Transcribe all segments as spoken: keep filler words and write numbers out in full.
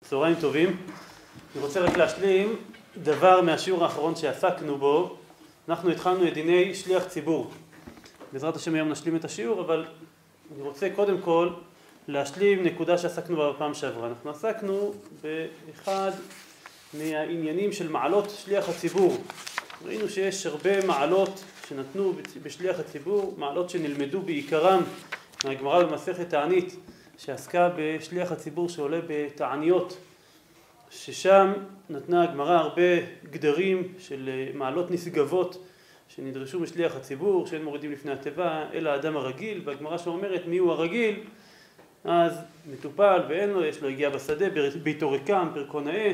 צהריים טובים. אני רוצה רק להשלים דבר מהשיעור האחרון שעסקנו בו. אנחנו התחלנו את דיני שליח ציבור. בעזרת השם היום נשלים את השיעור, אבל אני רוצה קודם כל להשלים נקודה שעסקנו בה בפעם שעברה. אנחנו עסקנו באחד מהעניינים של מעלות שליח הציבור. ראינו שיש הרבה מעלות שנתנו בשליח הציבור, מעלות שנלמדו בעיקרם מהגמרא במסכת תענית, שעסקה בשליח הציבור שעולה בתעניות, ששם נתנה הגמרא הרבה גדרים של מעלות נשגבות שנדרשו משליח הציבור, שאין מורידים לפני התיבה אלא האדם הרגיל. והגמרא שאומרת מי הוא הרגיל, אז מטופל ואין לו, יש לו הגיע בשדה, ביתו ריקם, פרקו נאה,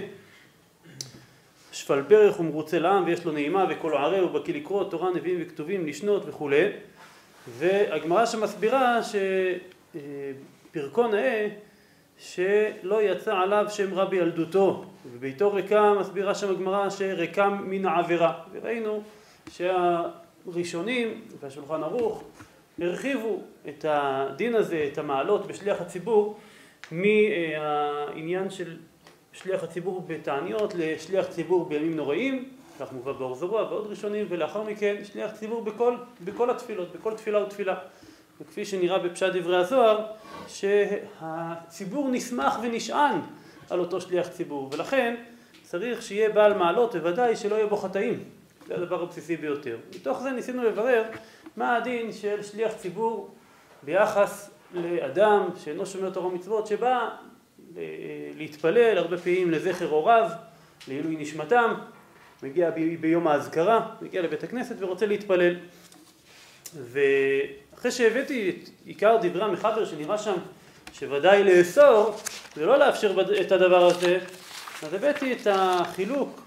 שפל ברך ומרוצה לעם, ויש לו נעימה וכל ערה ובקיא לקרוא תורה נביאים וכתובים לשנות וכו'. והגמרא שמסבירה שפרקו נאה שלא יצא עליו שם רע בילדותו, וביתו ריקם מסבירה שם הגמרא שריקם מן העבירה. וראינו שהראשונים והשולחן ערוך הרחיבו את הדין הזה, את המעלות בשליח הציבור, מהעניין של שליח הציבור בתעניות לשליח ציבור בימים נוראים, כך מובא באור זרוע ועוד ראשונים, ולאחר מכן שליח ציבור בכל, בכל התפילות, בכל תפילה ותפילה. וכפי שנראה בפשט דברי הזוהר, שהציבור נשמח ונשען על אותו שליח ציבור, ולכן צריך שיהיה בעל מעלות, בוודאי שלא יהיה בו חטאים. זה הדבר הבסיסי ביותר. מתוך זה ניסינו לברר מה הדין של שליח ציבור ביחס לאדם שאינו שומר תורה ומצוות, שבא להתפלל הרבה פעמים לזכר הוריו, לעילוי נשמתם, מגיע ביום האזכרה, מגיע לבית הכנסת ורוצה להתפלל. ואחרי שהבאתי את עיקר דברי המחבר שנראה שם שוודאי לאסור ולא לאפשר את הדבר הזה, אז הבאתי את החילוק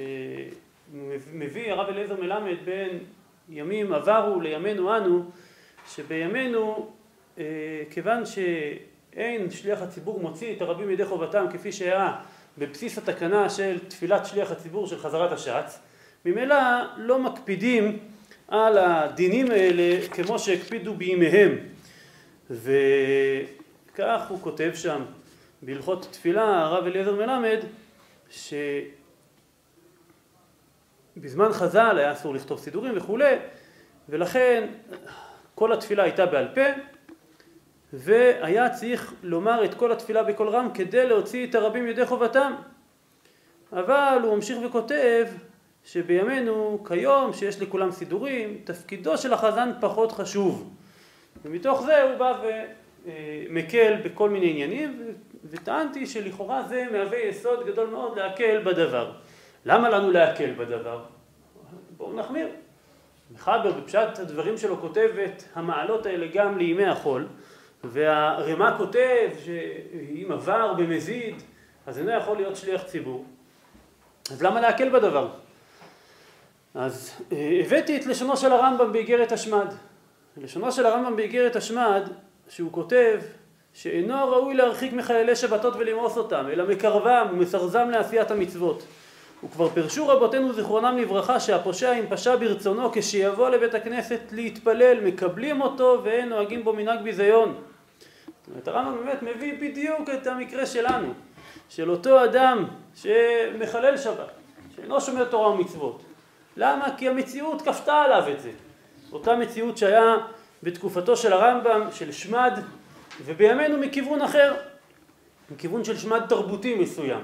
שמביא הרב אליעזר מלמד בין ימים עברו לימינו אנו, שבימינו כיוון שאין שליח הציבור מוציא את הרבים ידי חובתם כפי שהיה בבסיס התקנה של תפילת שליח הציבור של חזרת השץ, ממילא לא מקפידים על הדינים האלה כמו שהקפידו בימיהם. וכך הוא כותב שם בהלכות תפילה הרב אליעזר מלמד, שבזמן חז"ל היה אסור לכתוב סידורים וכו', ולכן כל התפילה הייתה בעל פה, והיה צריך לומר את כל התפילה בקול רם כדי להוציא את הרבים ידי חובתם. אבל הוא ממשיך וכותב שבימינו כיום שיש לכולם סידורים, תפקידו של החזן פחות חשוב, ומתוך זה הוא בא ומקל בכל מיני עניינים, וטענתי שלכאורה זה מהווה יסוד גדול מאוד להקל בדבר. למה לנו להקל בדבר? בואו נחמיר. מחבר בפשט הדברים שלו כותב את המעלות האלה גם לימי החול, והרמה כותב שאם עבר במזיד אז אינו יכול להיות שליח ציבור. אז למה להקל בדבר? אז הבאתי את לשונו של הרמב"ם באיגרת השמד. לשונו של הרמב"ם באיגרת השמד, שהוא כותב שאינו ראוי להרחיק מחיילי שבתות ולמאוס אותם, אלא מקרבם ומסרזם לעשיית המצוות. וכבר פרשו רבותינו זיכרונם לברכה שהפושע אם פשע ברצונו כשיבוא לבית הכנסת להתפלל מקבלים אותו ואין נוהגים בו מנהג ביזיון. זאת אומרת, הרמב"ם באמת מביא בדיוק את המקרה שלנו, של אותו אדם שמחלל שבת, שאינו שומר תורה ומצוות. למה? כי המציאות כפתה עליו את זה. אותה מציאות שהיה בתקופתו של הרמב"ם, של שמד, ובימינו מכיוון אחר, מכיוון של שמד תרבותי מסוים.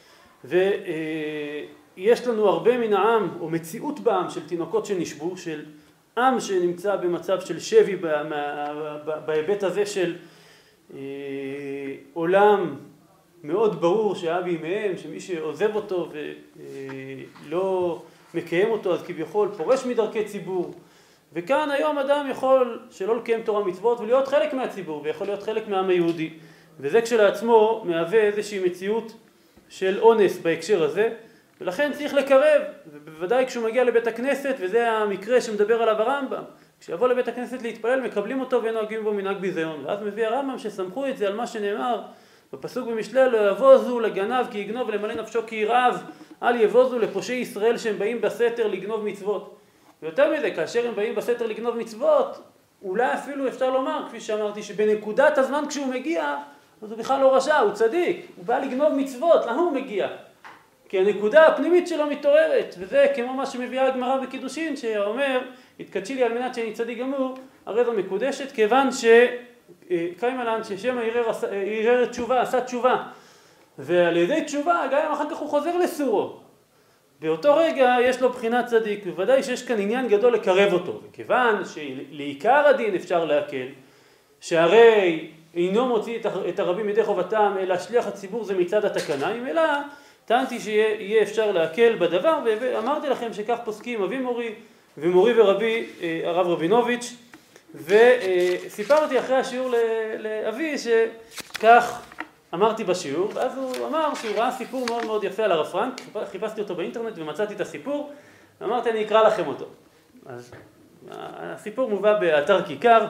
ויש לנו הרבה מן העם, או מציאות בעם של תינוקות שנשבו, של עם שנמצא במצב של שבי בהיבט הזה של עולם מאוד ברור שהיה בימיהם, שמי שעוזב אותו ולא מקיים אותו אז כביכול פורש מדרכי ציבור. וכאן היום אדם יכול שלא לקיים תורה מצוות ולהיות חלק מהציבור, ויכול להיות חלק מהעם היהודי, וזה כשלעצמו מהווה איזושהי מציאות של אונס בהקשר הזה, ולכן צריך לקרב, ובוודאי כשהוא מגיע לבית הכנסת, וזה המקרה שמדבר עליו הרמב"ם, כשיבוא לבית הכנסת להתפלל מקבלים אותו ונוהגים בו מנהג ביזיון. ואז מביא הרמב"ם שסמכו את זה על מה שנאמר בפסוק במשלי, לא יבוזו לגנב כי יגנוב ולמלא נפשו כי ירעב, אל יבוזו לפושעי ישראל שהם באים בסתר לגנוב מצוות. ויותר מזה, כאשר הם באים בסתר לגנוב מצוות, אולי אפילו אפשר לומר, כפי שאמרתי, שבנקודת הזמן כשהוא מגיע, אז הוא בכלל לא רשע, הוא צדיק, הוא בא לגנוב מצוות, למה הוא מגיע? כי הנקודה הפנימית שלו מתעוררת, וזה כמו מה שמביאה הגמרא בקידושין, שאומר, התקדשי לי על מנת שאני צדיק גמור, הרי זו מקודשת, כיוון שקיים עליו ששם ערער תשובה, עשה תשובה, ועל ידי תשובה, גם אחר כך הוא חוזר לסורו. באותו רגע יש לו בחינת צדיק, בוודאי שיש כאן עניין גדול לקרב אותו, וכיוון שלעיקר הדין אפשר להקל, שהרי אינו מוציא את הרבים מידי חובתם, אלא שליח הציבור זה מצד התקנה, אם אלא טענתי שיהיה אפשר להקל בדבר, ואמרתי לכם שכך פוסקים אבי מורי ומורי ורבי הרב רבינוביץ', וסיפרתי אחרי השיעור לאבי שכך אמרתי בשיעור, ואז הוא אמר שהוא ראה סיפור מאוד מאוד יפה על הרב פרנק, חיפשתי אותו באינטרנט ומצאתי את הסיפור, ואמרתי אני אקרא לכם אותו. אז הסיפור מובא באתר כיכר,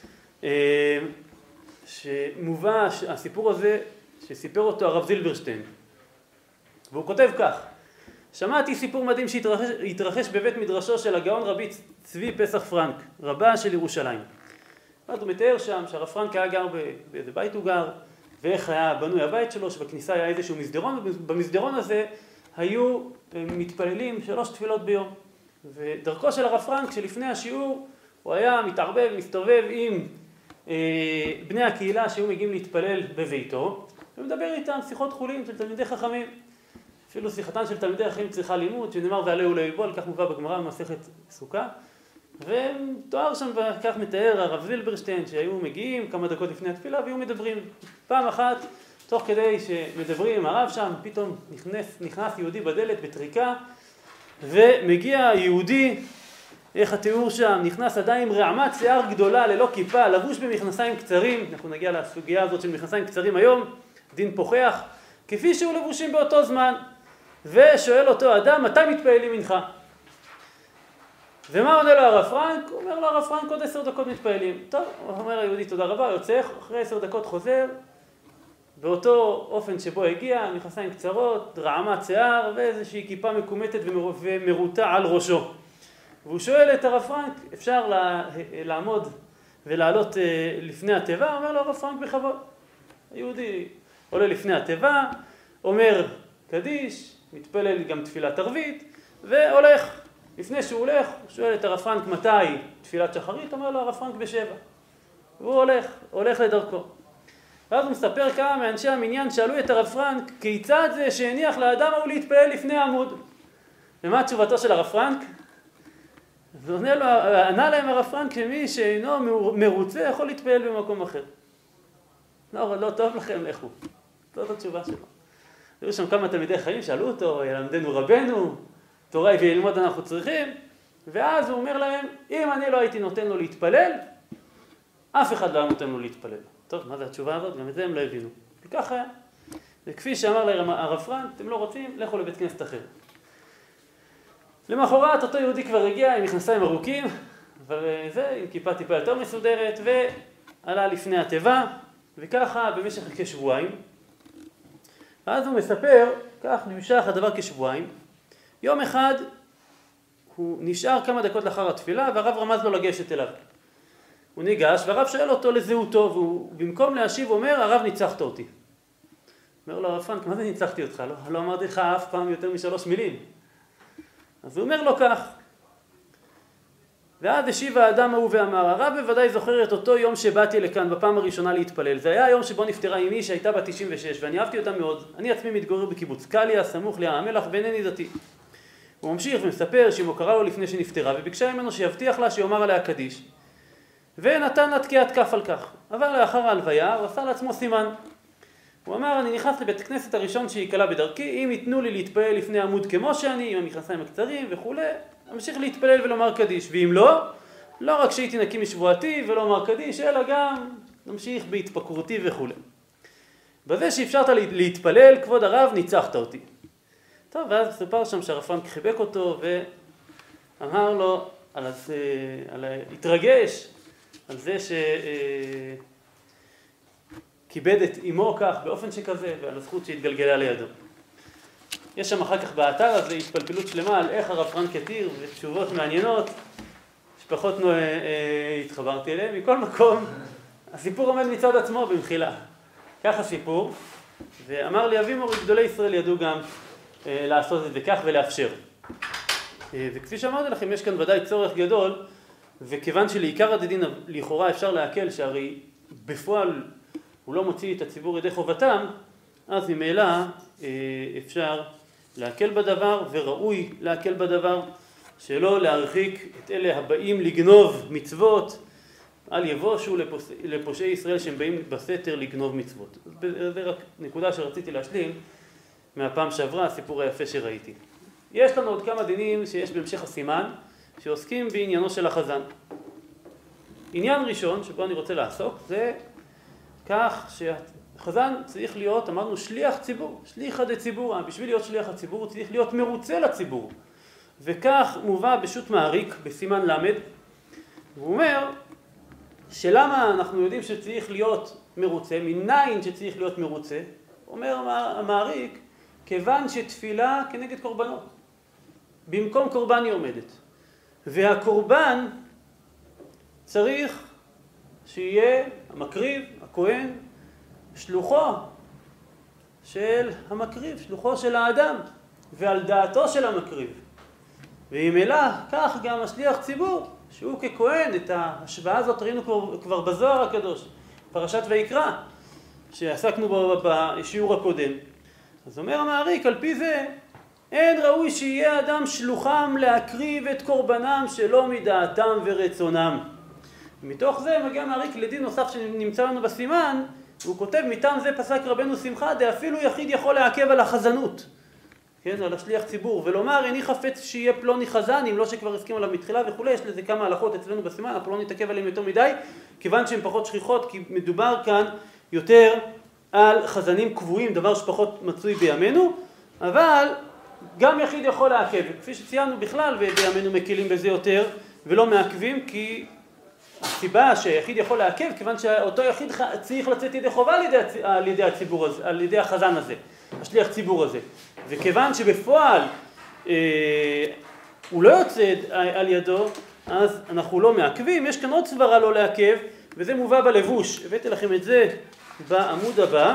שמובא הסיפור הזה שסיפר אותו הרב זילברשטיין, והוא כותב כך: שמעתי סיפור מדהים שהתרחש בבית מדרשו של הגאון רבי צבי פסח פרנק, רבה של ירושלים. אז הוא מתאר שם שהרב פרנק היה גר באיזה בית הוא גר, ואיך היה בנוי הבית שלו, שבכניסה היה איזשהו מסדרון, ובמסדרון הזה היו מתפללים שלוש תפילות ביום. ודרכו של הרב פרנק, שלפני השיעור, הוא היה מתערבב, מסתובב עם אה, בני הקהילה שהיו מגיעים להתפלל בביתו, ומדבר איתם שיחות חולין של תלמידי חכמים. אפילו שיחתן של תלמידי חכמים צריכה לימוד, שנאמר ועלהו לא יבול, כך מובא בגמרא במסכת סוכה. ותואר שם, וכך מתאר הרב זילברשטיין, שהיו מגיעים כמה דקות לפני התפילה והיו מדברים. פעם אחת, תוך כדי שמדברים עם הרב שם, פתאום נכנס, נכנס יהודי בדלת בטריקה, ומגיע יהודי, איך התיאור שם, נכנס עדיין עם רעמת שיער גדולה, ללא כיפה, לבוש במכנסיים קצרים, אנחנו נגיע לסוגיה הזאת של מכנסיים קצרים היום, דין פוחח, כפי שהוא לבושים באותו זמן, ושואל אותו אדם, מתי מתפעלים מנחה? ומה עונה לו הרב פרנק? הוא אומר לו הרב פרנק, עוד עשר דקות מתפעלים. טוב, הוא אומר היהודי תודה רבה, יוצא, אחרי עשר דקות חוזר, באותו אופן שבו הגיע, מכנסיים קצרות, רעמת שיער, ואיזושהי כיפה מקומטת ומרוטה על ראשו. והוא שואל את הרב פרנק, אפשר לעמוד ולעלות לפני התיבה? אומר לו הרב פרנק בכבוד. היהודי עולה לפני התיבה, אומר קדיש, מתפלל גם תפילת ערבית, והולך. לפני שהוא הולך, הוא שואל את הרב פרנק מתי תפילת שחרית, אומר לו הרב פרנק בשבע. והוא הולך, הולך לדרכו. ואז הוא מספר כמה מאנשי המניין שאלו את הרב פרנק, כיצד זה שהניח לאדם ההוא להתפלל לפני העמוד? ומה תשובתו של הרב פרנק? ועונה לו, ענה להם הרב פרנק שמי שאינו מרוצה יכול להתפלל במקום אחר. לא, לא טוב לכם, לכו. זאת התשובה שלו. היו שם כמה תלמידי חיים, שאלו אותו, ילמדנו רבנו, תורה וללמוד אנחנו צריכים, ואז הוא אומר להם, אם אני לא הייתי נותן לו להתפלל, אף אחד לא נותן לו להתפלל. טוב, מה זה התשובה הזאת? גם את זה הם לא הבינו. וכך היה. וכפי שאמר להם הרב פרנק, אתם לא רוצים, לכו לבית כנסת אחר. למחרת אותו יהודי כבר הגיע עם מכנסיים ארוכים, וזה, עם כיפה טיפה יותר מסודרת, ועלה לפני התיבה, וככה במשך כשבועיים. ואז הוא מספר, כך נמשך הדבר כשבועיים, יום אחד הוא נשאר כמה דקות לאחר התפילה, והרב רמז לו לגשת אליו. הוא ניגש, והרב שואל אותו לזהותו, והוא במקום להשיב אומר, הרב ניצחת אותי. אומר לו הרב פרנק, מה זה ניצחתי אותך? לא, לא אמרתי לך אף פעם יותר משלוש מילים. אז הוא אומר לו כך. ואז השיב האדם ההוא ואמר, הרב בוודאי זוכר את אותו יום שבאתי לכאן בפעם הראשונה להתפלל. זה היה היום שבו נפטרה אמי שהייתה בת תשעים ושש, ואני אהבתי אותה מאוד. אני עצמי מתגורר בקיבוץ קליה, סמוך לים המלח, ואינני דתי. הוא ממשיך ומספר שאמו קרא לו לפני שנפטרה, וביקשה ממנו שיבטיח לה שיאמר עליה קדיש. ונתן לה תקיעת כף על כך. אבל לאחר ההלוויה, הוא עשה לעצמו סימן. הוא אמר, אני נכנס לבית הכנסת הראשון שהיא קלה בדרכי, אם ייתנו לי להתפלל לפני עמוד כמו שאני, עם המכנסיים הקצרים וכו', אמשיך להתפלל ולומר קדיש. ואם לא, לא רק שהייתי נקי משבועתי ולומר קדיש, אלא גם נמשיך בהתפקרותי וכו'. בזה שאפשרת להתפלל, כבוד הרב, ניצחת אותי. טוב, ואז סופר שם שהרב פרנק חיבק אותו ואמר לו, על, על, התרגש על זה שכיבד את אמו כך באופן שכזה, ועל הזכות שהתגלגלה לידו. יש שם אחר כך באתר הזה התפלפלות שלמה על איך הרב פרנק התיר, ותשובות מעניינות שפחות התחברתי אליהן. מכל מקום, הסיפור עומד מצד עצמו במחילה. ככה סיפור, ואמר לי אבימורי, גדולי ישראל ידעו גם אה, לעשות את זה כך ולאפשר. אה, וכפי שאמרתי לכם, יש כאן ודאי צורך גדול, וכיוון שלעיקר הדין לכאורה אפשר להקל, שהרי בפועל הוא לא מוציא את הציבור ידי חובתם, אז ממילא אה, אפשר להקל בדבר, וראוי להקל בדבר, שלא להרחיק את אלה הבאים לגנוב מצוות, אל יבושו לפושעי ישראל שהם באים בסתר לגנוב מצוות. זה רק נקודה שרציתי להשלים מהפעם שעברה, הסיפור היפה שראיתי. יש לנו עוד כמה דינים שיש בהמשך הסימן, שעוסקים בעניינו של החזן. עניין ראשון שבו אני רוצה לעסוק, זה כך שהחזן צריך להיות, אמרנו, שליח ציבור, שליחא דציבורא. בשביל להיות שליח הציבור הוא צריך להיות מרוצה לציבור. וכך מובא בשו"ת מעריק בסימן למד, הוא אומר שלמה אנחנו יודעים שצריך להיות מרוצה, מניין שצריך להיות מרוצה, אומר המעריק, כיוון שתפילה כנגד קורבנות, במקום קורבן היא עומדת, והקורבן צריך שיהיה המקריב, הכהן, שלוחו של המקריב, שלוחו של האדם, ועל דעתו של המקריב. ואם אלא, כך גם השליח ציבור, שהוא ככהן, את ההשוואה הזאת ראינו כבר, כבר בזוהר הקדוש, פרשת ויקרא, שעסקנו בו בשיעור הקודם. אז אומר המעריק, על פי זה, אין ראוי שיהיה אדם שלוחם להקריב את קורבנם שלא מדעתם ורצונם. מתוך זה מגיע המעריק לדין נוסף שנמצא לנו בסימן, הוא כותב, מטעם זה פסק רבנו שמחה, דאפילו יחיד יכול לעכב על החזנות. כן, על השליח ציבור, ולומר, איני חפץ שיהיה פלוני חזן, אם לא שכבר הסכים עליו מתחילה וכו'. יש לזה כמה הלכות אצלנו בסימן, אנחנו לא נתעכב עליהם יותר מדי, כיוון שהן פחות שכיחות, כי מדובר כאן יותר על חזנים קבועים, דבר שפחות מצוי בימינו, אבל גם יחיד יכול לעכב. כפי שציינו בכלל, ובימינו מקלים בזה יותר, ולא מעכבים, כי הסיבה שהיחיד יכול לעכב, כיוון שאותו יחיד צריך לצאת ידי חובה על ידי, על ידי הציבור הזה, על ידי החזן הזה, השליח ציבור הזה. וכיוון שבפועל אה, הוא לא יוצא על ידו, אז אנחנו לא מעכבים. יש כאן עוד סברה לא לעכב, וזה מובא בלבוש. הבאתי לכם את זה בעמוד הבא.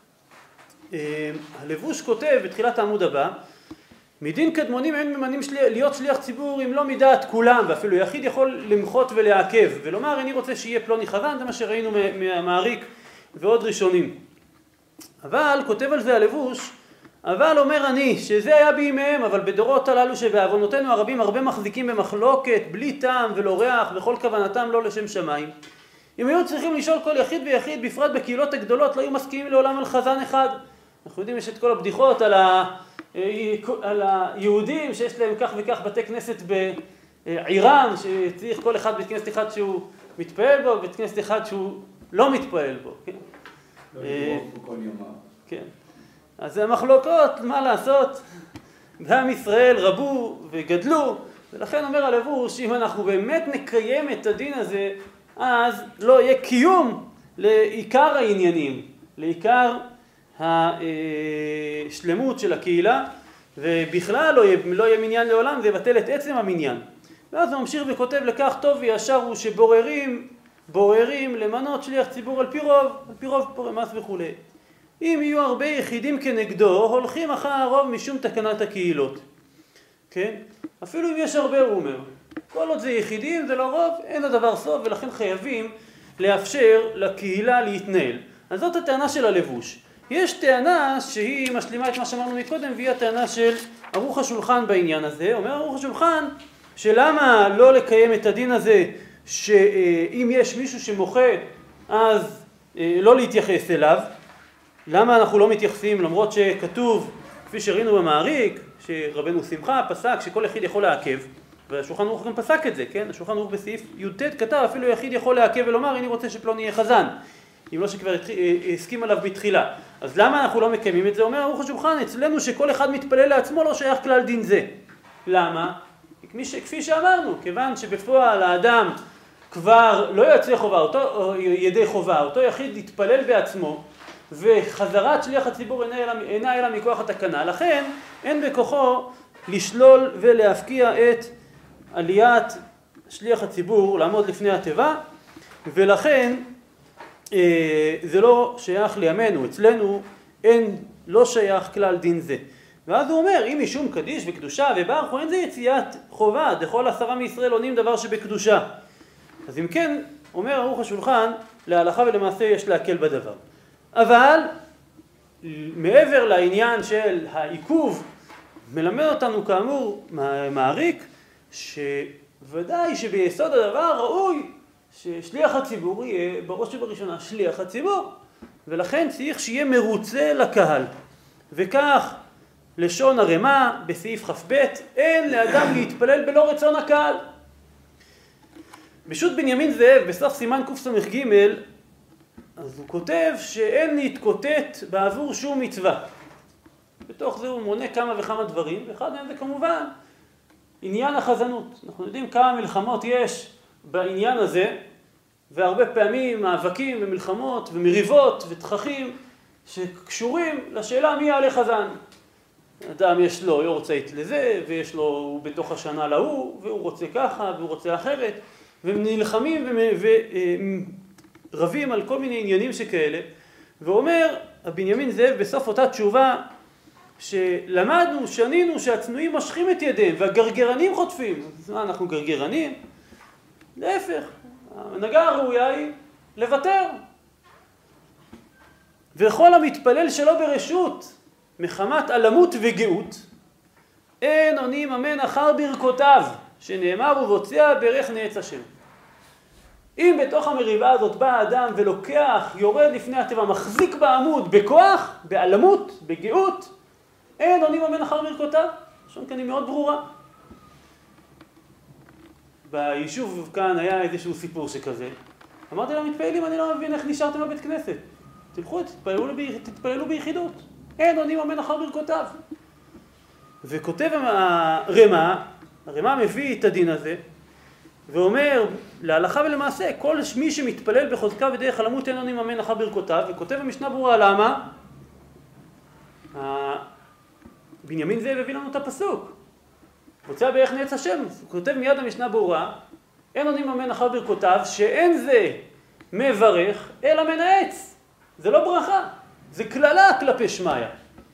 אה, הלבוש כותב בתחילת העמוד הבא, מדין קדמונים אין ממנים שלי, להיות שליח ציבור אם לא מדעת כולם, ואפילו יחיד יכול למחות ולעכב, ולומר אני רוצה שיהיה פלוני חזן, זה מה שראינו מהמעריק ועוד ראשונים. אבל כותב על זה הלבוש, אבל אומר אני, שזה היה בימיהם, אבל בדורות הללו שבעוונותינו הרבים הרבה מחזיקים במחלוקת, בלי טעם ולא ריח, וכל כוונתם לא לשם שמיים. אם היו צריכים לשאול כל יחיד ויחיד, בפרט בקהילות הגדולות, לא היו מסכימים לעולם על חזן אחד. אנחנו יודעים, יש את כל הבדיחות על, ה... על היהודים שיש להם כך וכך בתי כנסת בעירם, שצריך כל אחד בית כנסת אחד שהוא מתפעל בו, בית כנסת אחד שהוא לא מתפעל בו. כן? לא יגרוף בכל יומה. כן. אז המחלוקות, מה לעשות? בעם ישראל רבו וגדלו, ולכן אומר הלבוש, אם אנחנו באמת נקיים את הדין הזה, אז לא יהיה קיום לעיקר העניינים, לעיקר השלמות של הקהילה, ובכלל לא יהיה, לא יהיה מניין לעולם, זה יבטל את עצם המניין. ואז הוא ממשיך וכותב, לכך טוב וישר הוא שבוררים, בוררים למנות שליח ציבור על פי רוב, על פי רוב פורמס וכו'. אם יהיו הרבה יחידים כנגדו, הולכים אחר הרוב משום תקנת הקהילות. כן? אפילו אם יש הרבה, הוא אומר. כל עוד זה יחידים, זה לא רוב, אין לדבר סוף, ולכן חייבים לאפשר לקהילה להתנהל. אז זאת הטענה של הלבוש. יש טענה שהיא משלימה את מה שאמרנו מקודם, והיא הטענה של ערוך השולחן בעניין הזה. אומר ערוך השולחן, שלמה לא לקיים את הדין הזה, שאם יש מישהו שמוחה, אז לא להתייחס אליו. למה אנחנו לא מתייחסים, למרות שכתוב, כפי שראינו במעריק, שרבנו שמחה פסק שכל יחיד יכול לעכב, והשולחן ערוך גם פסק את זה, כן? השולחן ערוך בסעיף י"ט כתב, אפילו יחיד יכול לעכב ולומר, אני רוצה שפלוני יהיה חזן, אם לא שכבר הסכים עליו בתחילה. אז למה אנחנו לא מקיימים את זה? אומר ערוך השולחן, אצלנו שכל אחד מתפלל לעצמו לא שייך כלל דין זה. למה? כפי שאמרנו, כיוון שבפועל האדם כבר לא יוצא חובה, אותו ידי חובה, אותו יחיד יתפלל בעצמו, וחזרת שליח הציבור אינה אלא מכוח התקנה. לכן אין בכוחו לשלול ולהפקיע את עליית שליח הציבור לעמוד לפני התיבה, ולכן זה לא שייך לימינו, אצלנו אין, לא שייך כלל דין זה. ואז הוא אומר, אם משום קדיש וקדושה וברכו, אין זה יציאת חובה, דכל עשרה מישראל עונים דבר שבקדושה. אז אם כן, אומר ערוך השולחן, להלכה ולמעשה יש להקל בדבר. אבל, מעבר לעניין של העיכוב, מלמד אותנו כאמור מעריק, שוודאי שביסוד הדבר ראוי ששליח הציבור יהיה בראש ובראשונה שליח הציבור, ולכן צריך שיהיה מרוצה לקהל. וכך לשון הרמה בסעיף כ"ב, אין לאדם להתפלל בלא רצון הקהל. בשו"ת בנימין זאב בסוף סימן קס"ג, אז הוא כותב שאין להתקוטט בעבור שום מצווה. בתוך זה הוא מונה כמה וכמה דברים, ואחד מהם זה כמובן עניין החזנות. אנחנו יודעים כמה מלחמות יש בעניין הזה, והרבה פעמים מאבקים ומלחמות ומריבות ותככים שקשורים לשאלה מי יעלה חזן. אדם יש לו יורצייט לזה, ויש לו, הוא בתוך השנה להוא, והוא רוצה ככה, והוא רוצה אחרת, והם נלחמים ורבים על כל מיני עניינים שכאלה. ואומר הבנימין זאב בסוף אותה תשובה, שלמדנו, שנינו, שהצנועים מושכים את ידיהם, והגרגרנים חוטפים. אז מה, אנחנו גרגרנים? להפך, ההנהגה הראויה היא לוותר. וכל המתפלל שלו ברשות, מחמת עלמות וגאות, אין עונים אמן אחר ברכותיו, שנאמר ובוצע ברך נעץ השם. אם בתוך המריבה הזאת בא האדם ולוקח, יורד לפני הטבע, מחזיק בעמוד בכוח, בעלמות, בגאות, אין עונים אמן אחר ברכותיו. לשון כאן היא מאוד ברורה. ביישוב כאן היה איזשהו סיפור שכזה. אמרתי למתפעלים, אני לא מבין איך נשארתם בבית כנסת. תלכו, תתפללו, תתפללו ביחידות. אין עונים אמן אחר ברכותיו. וכותב הרמה, הרמה מביא את הדין הזה, ואומר, להלכה ולמעשה, כל מי שמתפלל בחוזקה בדרך הלמות אין עונים אמן אחר ברכותיו, וכותב המשנה ברורה למה? בנימין זאב הביא לנו את הפסוק. בוצע ברך נעץ השם, הוא כותב מיד המשנה ברורה, אין עונים אמן אחר ברכותיו, שאין זה מברך אלא מנעץ. זה לא ברכה, זה כללה כלפי שמיה.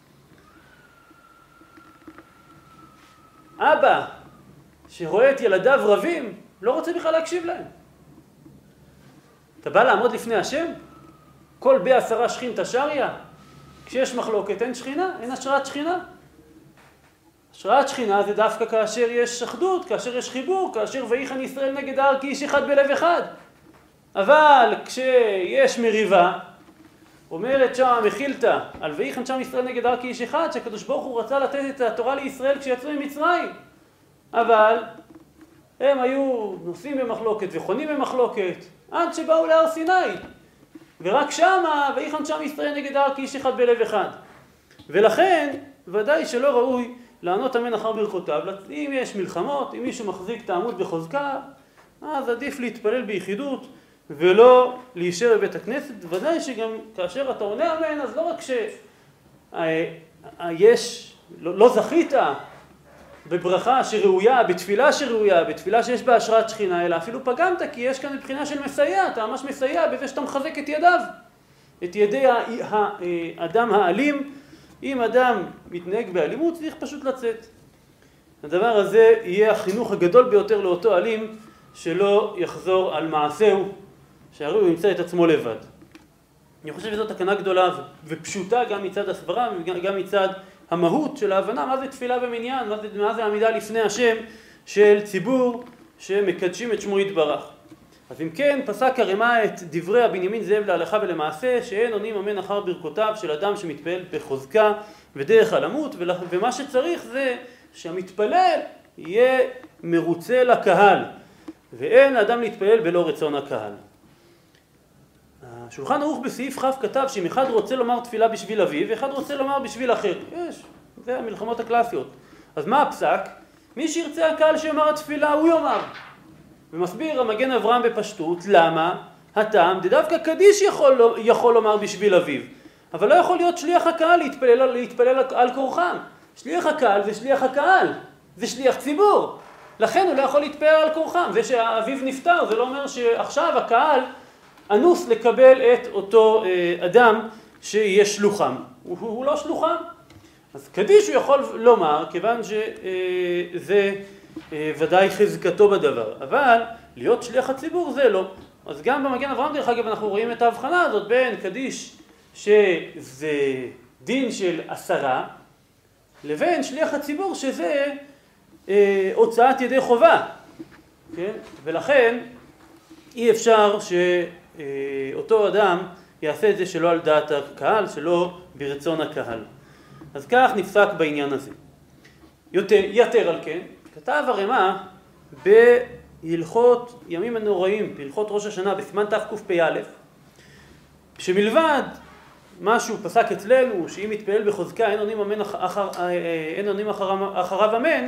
אבא שרואה את ילדיו רבים, לא רוצה בכלל להקשיב להם. אתה בא לעמוד לפני השם? כל בעשרה שכין תשריה? כשיש מחלוקת אין שכינה, אין השראת שכינה. השראת שכינה זה דווקא כאשר יש אחדות, כאשר יש חיבור, כאשר ויחן ישראל נגד ההר כאיש אחד בלב אחד. אבל כשיש מריבה, אומרת שם המחילתא על ויחן שם ישראל נגד ההר כאיש אחד, שהקדוש ברוך הוא רצה לתת את התורה לישראל כשיצאו ממצרים. אבל הם היו נוסעים במחלוקת וחונים במחלוקת עד שבאו להר סיני. ורק שמה ויחן שם ישראל נגד ההר כאיש אחד בלב אחד. ולכן ודאי שלא ראוי לענות אמן אחר ברכותיו. אם יש מלחמות, אם מישהו מחזיק את העמוד בחוזקה, אז עדיף להתפלל ביחידות ולא להישאר בבית הכנסת. ודאי שגם כאשר אתה עונה אמן, אז לא רק שיש, לא, לא זכית בברכה שראויה, בתפילה שראויה, בתפילה שיש בה השראת שכינה, אלא אפילו פגמת, כי יש כאן מבחינה של מסייע, אתה ממש מסייע בזה שאתה מחזק את ידיו, את ידי האדם האלים. אם אדם מתנהג באלימות, צריך פשוט לצאת. הדבר הזה יהיה החינוך הגדול ביותר לאותו אלים, שלא יחזור על מעשהו, שהרי הוא ימצא את עצמו לבד. אני חושב שזאת תקנה גדולה ופשוטה גם מצד הסברה וגם מצד המהות של ההבנה מה זה תפילה במניין, מה זה, מה זה עמידה לפני השם של ציבור שמקדשים את שמו יתברך. אז אם כן, פסק הרמה את דברי הבנימין זאב להלכה ולמעשה, שאין עונים אמן אחר ברכותיו של אדם שמתפלל בחוזקה ודרך הלמות, ומה שצריך זה שהמתפלל יהיה מרוצה לקהל, ואין אדם להתפלל בלא רצון הקהל. השולחן ערוך בסעיף כ' כתב שאם אחד רוצה לומר תפילה בשביל אביו, ואחד רוצה לומר בשביל אחר. יש, זה המלחמות הקלאסיות. אז מה הפסק? מי שירצה הקהל שיאמר התפילה, הוא יאמר. ומסביר המגן אברהם בפשטות, למה? הטעם, דווקא קדיש יכול, יכול לומר בשביל אביו. אבל לא יכול להיות שליח הקהל להתפלל, להתפלל על כורחם. שליח הקהל זה שליח הקהל, זה שליח ציבור. לכן הוא לא יכול להתפלל על כורחם. זה שהאביו נפטר, זה לא אומר שעכשיו הקהל, אנוס לקבל את אותו אדם שיהיה שלוחם. הוא, הוא לא שלוחם. אז קדיש הוא יכול לומר, כיוון שזה ודאי חזקתו בדבר. אבל להיות שליח הציבור זה לא. אז גם במגן אברהם דרך אגב אנחנו רואים את ההבחנה הזאת בין קדיש שזה דין של עשרה, לבין שליח הציבור שזה אה, הוצאת ידי חובה. כן? ולכן אי אפשר שאותו אדם יעשה את זה שלא על דעת הקהל, שלא ברצון הקהל. אז כך נפסק בעניין הזה. יותר, יתר על כן, כתב הרמ"א בהלכות ימים הנוראים, בהלכות ראש השנה, בסימן תקפ"א, שמלבד מה שהוא פסק אצלנו, שאם יתפעל בחוזקה אין עונים אמן אחר, אין עונים אחריו, אחריו אמן,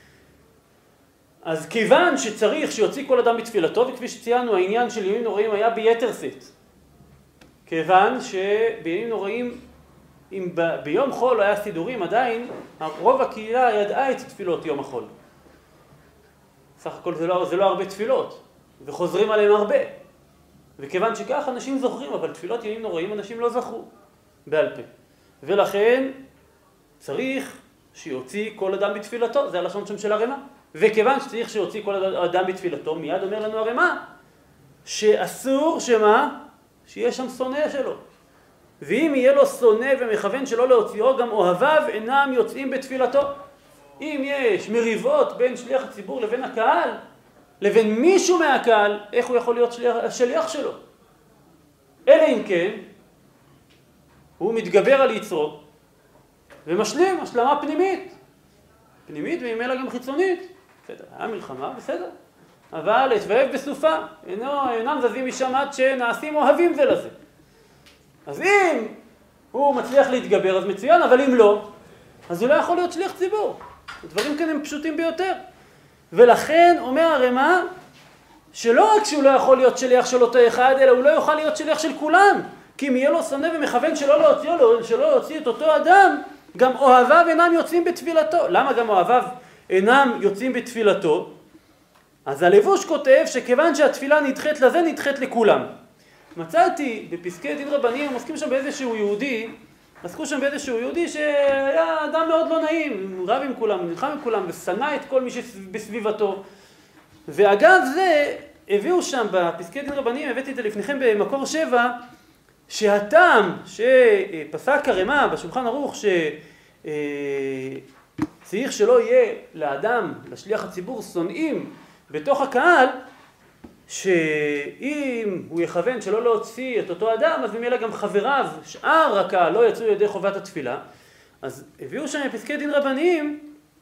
אז כיוון שצריך שיוציא כל אדם בתפילתו, וכפי שציינו העניין של ימים נוראים היה ביתר שאת, כיוון שבימים נוראים אם ב- ביום חול היה סידורים, עדיין רוב הקהילה ידעה את תפילות יום החול. סך הכל זה לא, זה לא הרבה תפילות, וחוזרים עליהם הרבה. וכיוון שכך אנשים זוכרים, אבל תפילות ימים נוראים אנשים לא זכרו בעל פה. ולכן צריך שיוציא כל אדם בתפילתו, זה הלשון שם של הרמ"א. וכיוון שצריך שיוציא כל אדם בתפילתו, מיד אומר לנו הרמ"א, שאסור שמה? שיהיה שם שונא שלו. ואם יהיה לו שונא ומכוון שלא להוציאו, גם אוהביו אינם יוצאים בתפילתו. אם יש מריבות בין שליח הציבור לבין הקהל, לבין מישהו מהקהל, איך הוא יכול להיות שליח, שליח שלו? אלא אם כן, הוא מתגבר על יצרו, ומשלים השלמה פנימית. פנימית וממילא גם חיצונית. בסדר, היה מלחמה, בסדר. אבל התבהב בסופה, אינו, אינם זזים משם עד שנעשים אוהבים זה לזה. אז אם הוא מצליח להתגבר, אז מצוין, אבל אם לא, אז הוא לא יכול להיות שליח ציבור. הדברים כאן הם פשוטים ביותר. ולכן אומר הרמ"א, שלא רק שהוא לא יכול להיות שליח של אותו אחד, אלא הוא לא יוכל להיות שליח של כולם. כי אם יהיה לו שונא ומכוון שלא להוציא, שלא להוציא את אותו אדם, גם אוהביו אינם יוצאים בתפילתו. למה גם אוהביו אינם יוצאים בתפילתו? אז הלבוש כותב שכיוון שהתפילה נדחית לזה, נדחית לכולם. מצאתי בפסקי דין רבניים, הם עוסקים שם באיזשהו יהודי, עסקו שם באיזשהו יהודי שהיה אדם מאוד לא נעים, רב עם כולם, נלחם עם כולם, ושנא את כל מי שבסביבתו. ואגב זה, הביאו שם בפסקי דין רבניים, הבאתי את זה לפניכם במקור שבע, שהטעם שפסק הרמ"א בשולחן ערוך, שצריך שלא יהיה לאדם, לשליח הציבור, שונאים בתוך הקהל, שאם הוא יכוון שלא להוציא את אותו אדם, אז ממילא גם חבריו, שאר הקהל, לא יצאו ידי חובת התפילה. אז הביאו שם פסקי דין רבניים,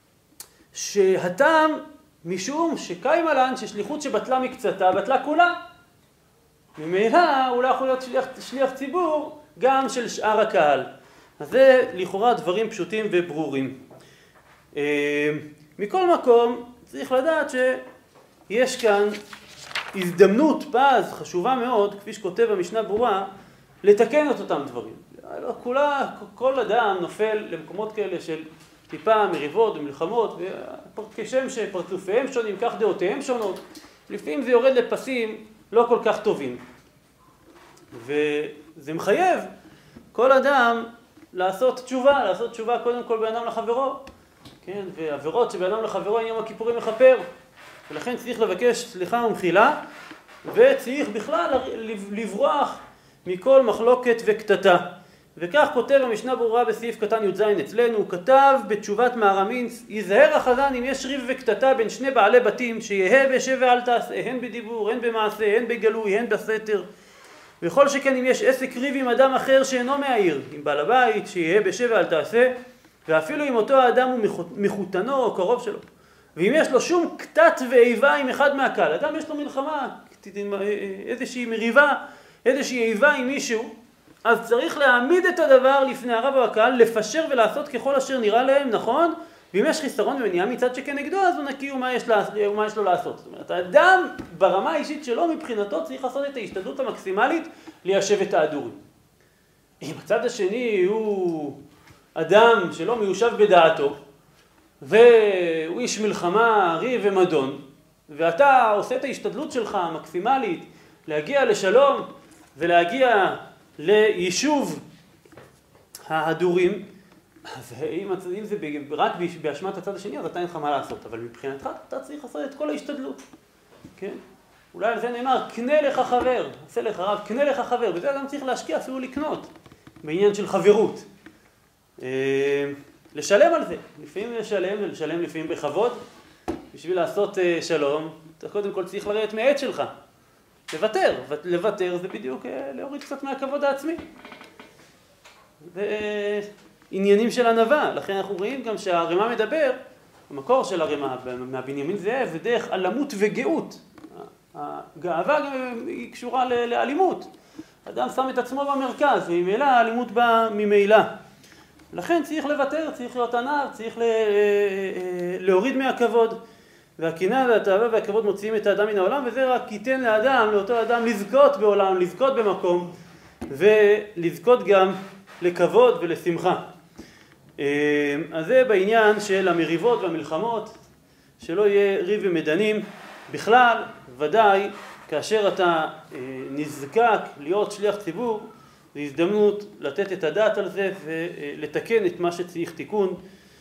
שהטעם משום שקיים עלן ששליחות שבטלה מקצתה, בטלה כולה. ממילא הוא לא יכול להיות שליח, שליח ציבור גם של שאר הקהל. אז זה לכאורה דברים פשוטים וברורים. מכל מקום צריך לדעת שיש כאן הזדמנות פז חשובה מאוד, כפי שכותב המשנה ברורה, לתקן את אותם דברים. כולה, כל אדם נופל למקומות כאלה של טיפה מריבות ומלחמות, כשם שפרצופיהם שונים, כך דעותיהם שונות. לפעמים זה יורד לפסים לא כל כך טובים. וזה מחייב כל אדם לעשות תשובה, לעשות תשובה קודם כל בין אדם לחברו. כן? ועבירות שבין אדם לחברו אין יום הכיפורים מכפר. ולכן צריך לבקש סליחה ומחילה, וצריך בכלל לברוח מכל מחלוקת וקטטה. וכך כותב המשנה ברורה בסעיף קטן י"ז אצלנו, הוא כתב בתשובת מהר"מינץ, יזהר החזן אם יש ריב וקטטה בין שני בעלי בתים, שיהא בשב ואל תעשה, הן בדיבור, הן במעשה, הן בגלוי, הן בסתר. וכל שכן אם יש עסק ריב עם אדם אחר שאינו מהעיר, עם בעל הבית, שיהא בשב ואל תעשה, ואפילו אם אותו האדם הוא מחותנו או קרוב שלו. ואם יש לו שום קטט ואיבה עם אחד מהקהל, אדם יש לו מלחמה, איזושהי מריבה, איזושהי איבה עם מישהו, אז צריך להעמיד את הדבר לפני הרב והקהל, לפשר ולעשות ככל אשר נראה להם, נכון? ואם יש חיסרון ומניעה מצד שכנגדו, אז הוא נקי ומה יש, לה, ומה יש לו לעשות. זאת אומרת, האדם ברמה האישית שלו מבחינתו צריך לעשות את ההשתדלות המקסימלית ליישב את ההדורים. אם הצד השני הוא אדם שלא מיושב בדעתו, והוא איש מלחמה, ריב ומדון, ואתה עושה את ההשתדלות שלך המקסימלית להגיע לשלום, ולהגיע ליישוב ההדורים, אז אם, אם זה רק באשמת הצד השני, אז אתה אין לך מה לעשות, אבל מבחינתך אתה צריך לעשות את כל ההשתדלות, כן? אולי על זה נאמר, קנה לך חבר, עשה לך רב, קנה לך חבר, וזה גם צריך להשקיע אפילו לקנות, בעניין של חברות. לשלם על זה, לפעמים לשלם, ולשלם לפעמים בכבוד, בשביל לעשות שלום, אתה קודם כל צריך לרדת מהעץ שלך, לוותר, לוותר זה בדיוק להוריד קצת מהכבוד העצמי. זה עניינים של ענווה, לכן אנחנו רואים גם שהרמה מדבר, המקור של הרמה מהבנימין זאב זה דרך אלימות וגאות. הגאווה גם היא קשורה לאלימות. אדם שם את עצמו במרכז, וממילא האלימות באה ממילא. לכן צריך לוותר, צריך להיות ענב, צריך להוריד מהכבוד. והקנאה והתאווה והכבוד מוציאים את האדם מן העולם, וזה רק ייתן לאדם, לאותו אדם, לזכות בעולם, לזכות במקום, ולזכות גם לכבוד ולשמחה. אז זה בעניין של המריבות והמלחמות, שלא יהיה ריב ומדנים. בכלל, ודאי, כאשר אתה נזקק להיות שליח ציבור, זו הזדמנות לתת את הדעת על זה ולתקן את מה שצריך תיקון.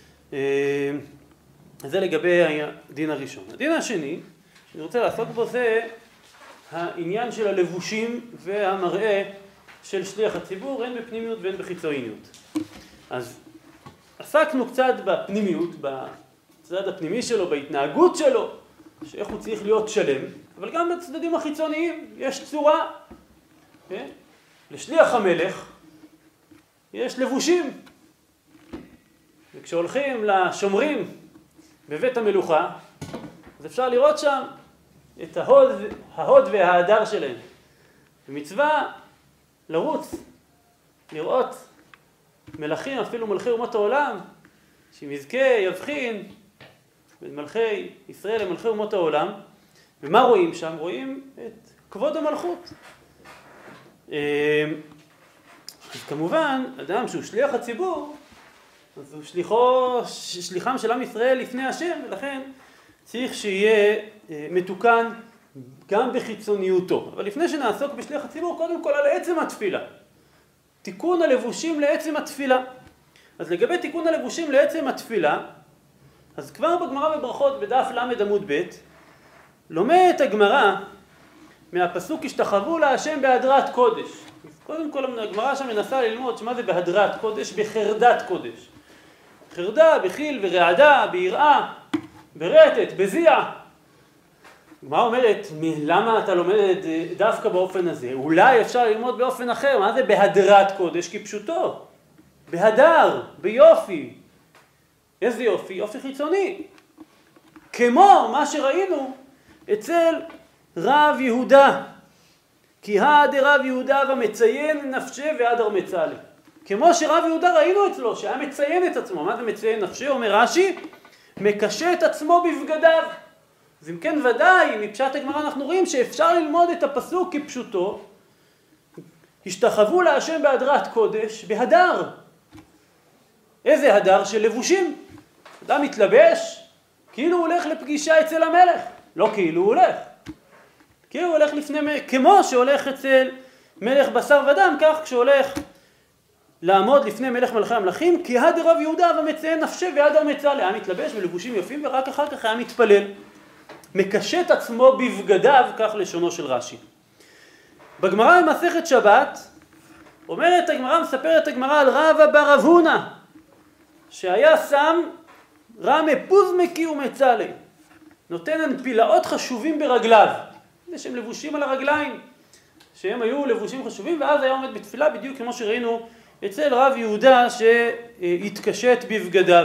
זה לגבי הדין הראשון. הדין השני, שאני רוצה לעסוק בו, זה העניין של הלבושים והמראה של שליח הציבור, הן בפנימיות והן בחיצוניות. אז עסקנו קצת בפנימיות, בצד הפנימי שלו, בהתנהגות שלו, שאיך הוא צריך להיות שלם, אבל גם בצדדים החיצוניים יש צורה. כן? לשליח המלך יש לבושים. וכשהולכים לשומרים בבית המלוכה, אז אפשר לראות שם את ההוד, ההוד וההדר שלהם. במצווה לרוץ, לראות מלכים, אפילו מלכי אומות העולם, שמזכה יבחין בין מלכי ישראל למלכי אומות העולם. ומה רואים שם? רואים את כבוד המלכות. אז כמובן, אדם שהוא שליח הציבור, אז הוא שליחו, שליחם של עם ישראל לפני השם, ולכן צריך שיהיה מתוקן גם בחיצוניותו. אבל לפני שנעסוק בשליח הציבור, קודם כל על עצם התפילה. תיקון הלבושים לעצם התפילה. אז לגבי תיקון הלבושים לעצם התפילה, אז כבר בגמרא בברכות בדף למד עמוד ב' לומדת הגמרא מהפסוק השתחוו להשם בהדרת קודש. אז קודם כל הגמרא שם מנסה ללמוד שמה זה בהדרת קודש, בחרדת קודש. חרדה, בחיל ורעדה, ביראה, ברטט, בזיע. הגמרא אומרת, למה אתה לומד דווקא באופן הזה? אולי אפשר ללמוד באופן אחר. מה זה בהדרת קודש? כי פשוטו. בהדר, ביופי. איזה יופי? יופי חיצוני. כמו מה שראינו אצל רב יהודה. כי הד רב יהודה ומציין נפשי והדר מצלה. כמו שרב יהודה ראינו אצלו, שהיה מציין את עצמו. מה זה מציין נפשי? אומר רש"י, מקשה את עצמו בבגדיו. אז אם כן ודאי, מפשט הגמרא אנחנו רואים שאפשר ללמוד את הפסוק כפשוטו, השתחוו להשם בהדרת קודש, בהדר. איזה הדר? של לבושים. אדם מתלבש, כאילו הוא הולך לפגישה אצל המלך. לא כאילו הוא הולך. כאילו הוא הולך לפני, כמו שהולך אצל מלך בשר ודם, כך כשהולך לעמוד לפני מלך מלכי המלכים, כי הד רב יהודה ומציין נפשי והדר מצלה. היה מתלבש בלבושים יפים ורק אחר כך היה מתפלל. מקשה את עצמו בבגדיו, כך לשונו של רש"י. בגמרא במסכת שבת, אומרת הגמרא, מספרת הגמרא על רבא בר רב הונא, שהיה שם רמי פוזמקי ומצלה, נותן הנפילאות חשובים ברגליו. זה שהם לבושים על הרגליים, שהם היו לבושים חשובים, ואז היה עומד בתפילה בדיוק כמו שראינו אצל רב יהודה שהתקשט בבגדיו.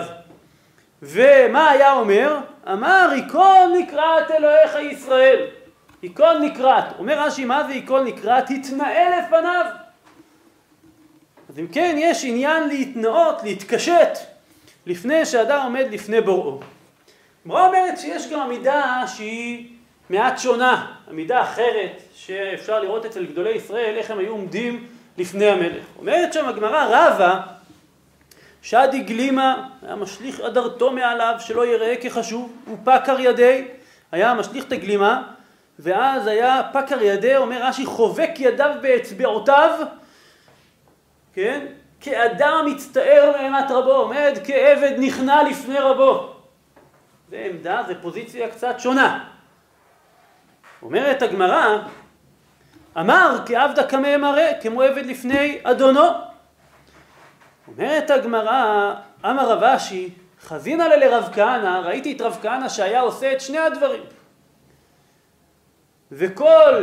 ומה היה אומר? אמר, יקול נקראת אלוהיך ישראל. יקול נקראת. אומר רש"י, מה זה יקול נקראת? התנאה לפניו. אז אם כן, יש עניין להתנאות, להתקשט, לפני שאדם עומד לפני בוראו. הגמרא אומרת שיש גם עמידה שהיא מעט שונה, עמידה אחרת, שאפשר לראות אצל גדולי ישראל איך הם היו עומדים לפני המלך. אומרת שם הגמרא, רבא, שדי גלימה, היה משליך אדרתו מעליו שלא יראה כחשוב, ופקר ידי, היה משליך את הגלימה, ואז היה פקר ידי, אומר רש"י, חובק ידיו באצבעותיו, כן? כאדם מצטער מאימת רבו, עומד כעבד נכנע לפני רבו. זה עמדה, זה פוזיציה קצת שונה. אומרת הגמרא, אמר כעבדה קמא מראה, כמו עבד לפני אדונו. אומרת הגמרא, אמר רב אשי, חזינא ליה לרב כהנא, ראיתי את רב כהנא שהיה עושה את שני הדברים. וכל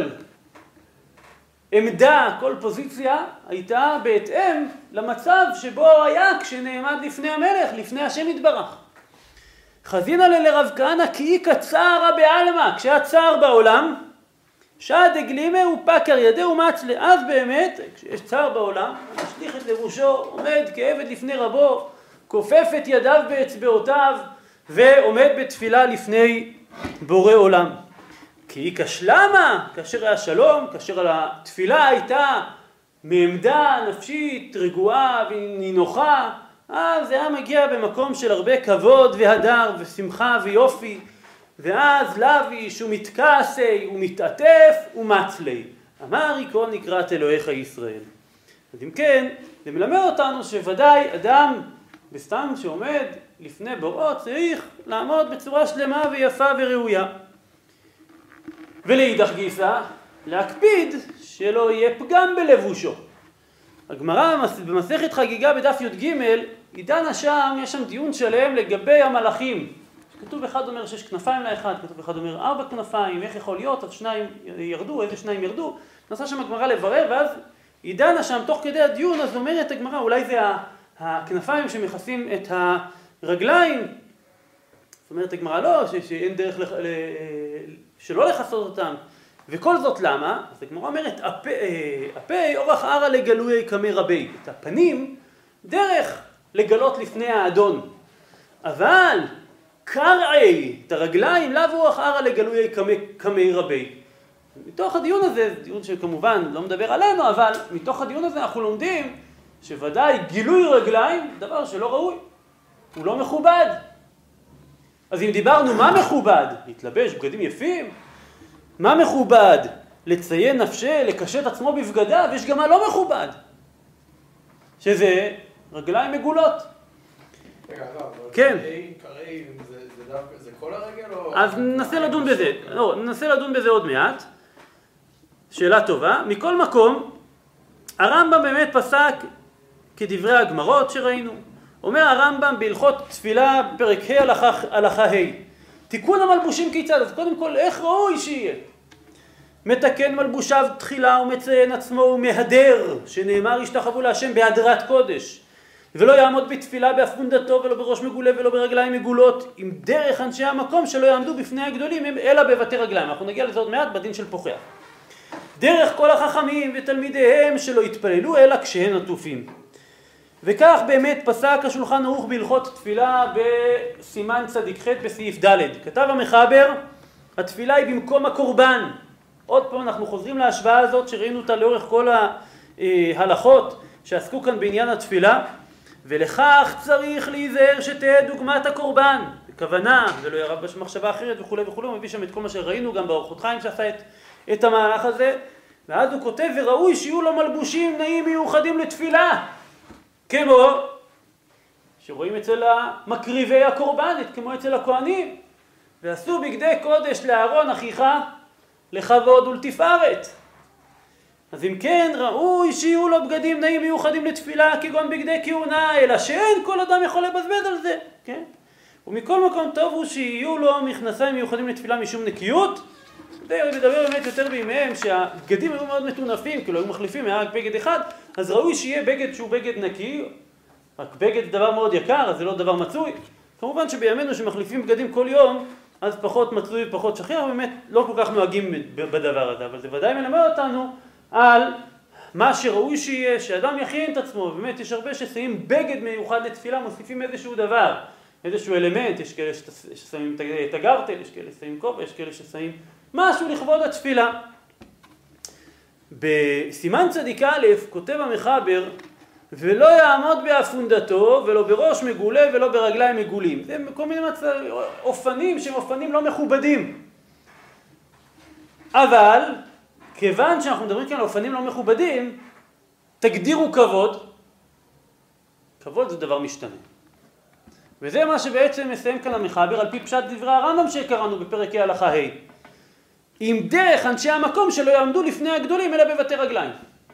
עמדה, כל פוזיציה, הייתה בהתאם למצב שבו היה כשנעמד לפני המלך, לפני השם יתברך. חזינא ליה לרב כהנא כי איכא צערא בעלמא, כשהיה צער בעולם, שא דגלימי ופקר ידי ומצלה. אז באמת, כשיש צער בעולם, משליך את לבושו, עומד כעבד לפני רבו, כופף את ידיו באצבעותיו, ועומד בתפילה לפני בורא עולם. כי איכא שלמה, כאשר היה שלום, כאשר התפילה הייתה מעמדה נפשית רגועה ונינוחה, אז זה היה מגיע במקום של הרבה כבוד והדר ושמחה ויופי, ואז לוי שהוא מתכסי ומתעטף ומצלי. אמר יקרא נקראת אלוהיך ישראל. אז אם כן, זה מלמד אותנו שוודאי אדם בסתם שעומד לפני בוראו צריך לעמוד בצורה שלמה ויפה וראויה. ולאידך גיסא, להקפיד שלא יהיה פגם בלבושו. הגמרא במסכת חגיגה בדף י"ג, היא דנה שם, יש שם דיון שלם לגבי המלאכים. כתוב אחד אומר שיש כנפיים לאחד, כתוב אחד אומר ארבע כנפיים, איך יכול להיות, אז שניים ירדו, איזה שניים ירדו. נסה שם הגמרא לברר, ואז היא דנה שם תוך כדי הדיון, אז אומרת הגמרא, אולי זה הכנפיים שמכסים את הרגליים. זאת אומרת הגמרא לא, שאין דרך לח... שלא לחסות אותם. וכל זאת למה? אז הגמרא אומרת, הפה, הפה אורח ערא לגלויי קמא רבי. את הפנים דרך לגלות לפני האדון. אבל קרעי, את הרגליים, לאו אורח ערא לגלויי קמא רבי. מתוך הדיון הזה, דיון שכמובן לא מדבר עלינו, אבל מתוך הדיון הזה אנחנו לומדים שוודאי גילוי רגליים, דבר שלא ראוי, הוא לא מכובד. אז אם דיברנו מה מכובד, להתלבש בגדים יפים, מה מכובד? לציין נפשה, לקשט עצמו בבגדיו, ויש גם מה לא מכובד, שזה רגליים מגולות. רגע, אבל כן. קרעי, זה כל הרגל או... אז ננסה לדון בזה, לא, ננסה לדון בזה עוד מעט. שאלה טובה. מכל מקום, הרמב"ם באמת פסק כדברי הגמרות שראינו. אומר הרמב"ם בהלכות תפילה פרק ה' הלכה, הלכה ה', תיקון המלבושים כיצד? אז קודם כל, איך ראוי שיהיה? מתקן מלבושיו תחילה ומציין עצמו ומהדר, שנאמר ישתחוו להשם בהדרת קודש, ולא יעמוד בתפילה באפונדתו ולא בראש מגולה ולא ברגליים מגולות, עם דרך אנשי המקום שלא יעמדו בפני הגדולים אלא בבתי רגליים. אנחנו נגיע לזה עוד מעט בדין של פוחח. דרך כל החכמים ותלמידיהם שלא יתפללו אלא כשהם עטופים. וכך באמת פסק השולחן ערוך בהלכות תפילה בסימן צדיק ח' בסעיף ד'. כתב המחבר, התפילה היא במקום הקורבן. עוד פעם אנחנו חוזרים להשוואה הזאת שראינו אותה לאורך כל ההלכות שעסקו כאן בעניין התפילה, ולכך צריך להיזהר שתהיה דוגמת הקורבן, בכוונה, ולא ירב במחשבה אחרת וכו' וכו'. הוא מביא שם את כל מה שראינו גם באורחות חיים שעשה את, את המהלך הזה, ואז הוא כותב וראוי שיהיו לו מלבושים נעים מיוחדים לתפילה, כמו שרואים אצל המקריבי הקורבן, כמו אצל הכהנים, ועשו בגדי קודש לאהרון אחיך לכבוד ולתפארת. אז אם כן, ראוי שיהיו לו בגדים נעים מיוחדים לתפילה, כגון בגדי כהונה, אלא שאין כל אדם יכול לבזבז על זה, כן? ומכל מקום טוב הוא שיהיו לו מכנסיים מיוחדים לתפילה משום נקיות. זה מדבר באמת יותר בימיהם שהבגדים היו מאוד מטונפים, כאילו היו מחליפים מהרג בגד אחד, אז ראוי שיהיה בגד שהוא בגד נקי. רק בגד זה דבר מאוד יקר, אז זה לא דבר מצוי. כמובן שבימינו שמחליפים בגדים כל יום, אז פחות מצוי ופחות שכיח, באמת לא כל כך נוהגים בדבר הזה, אבל זה ודאי מלמד אותנו על מה שראוי שיהיה, שאדם יכין את עצמו. באמת יש הרבה ששמים בגד מיוחד לתפילה, מוסיפים איזשהו דבר, איזשהו אלמנט. יש כאלה ששמים את הגרטל, יש כאלה ששמים כובע, יש כאלה ששמים משהו לכבוד התפילה. בסימן צדיק א' כותב המחבר, ולא יעמוד באפונדתו ולא בראש מגולה ולא ברגליים מגולים. זה כל מיני מצ... אופנים שהם אופנים לא מכובדים. אבל כיוון שאנחנו מדברים כאן על אופנים לא מכובדים, תגדירו כבוד. כבוד זה דבר משתנה. וזה מה שבעצם מסיים כאן המחבר על פי פשט דברי הרמב"ם שקראנו בפרק ההלכה ה'. אם דרך אנשי המקום שלא יעמדו לפני הגדולים אלא בבתי רגליים.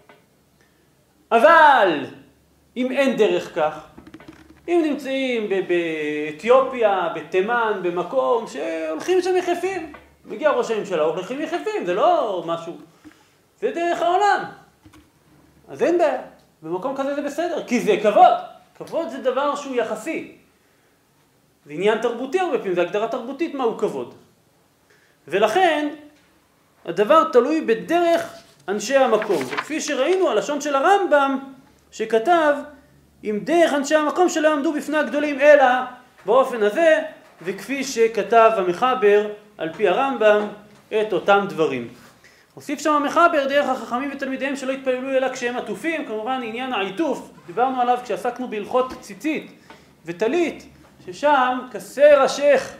אבל אם אין דרך כך, אם נמצאים באתיופיה, בתימן, במקום שהולכים שם יחפים, מגיע ראש הממשלה, הולכים יחפים, זה לא משהו, זה דרך העולם. אז אין בעיה, במקום כזה זה בסדר, כי זה כבוד. כבוד זה דבר שהוא יחסי. זה עניין תרבותי הרבה פעמים, זה הגדרה תרבותית מהו כבוד. ולכן, הדבר תלוי בדרך אנשי המקום. וכפי שראינו, הלשון של הרמב"ם שכתב, עם דרך אנשי המקום שלא עמדו בפני הגדולים, אלא באופן הזה, וכפי שכתב המחבר על פי הרמב"ם את אותם דברים. הוסיף שם המחבר דרך החכמים ותלמידיהם שלא התפללו אלא כשהם עטופים, כמובן עניין העיטוף, דיברנו עליו כשעסקנו בהלכות ציצית וטלית, ששם כסה ראשך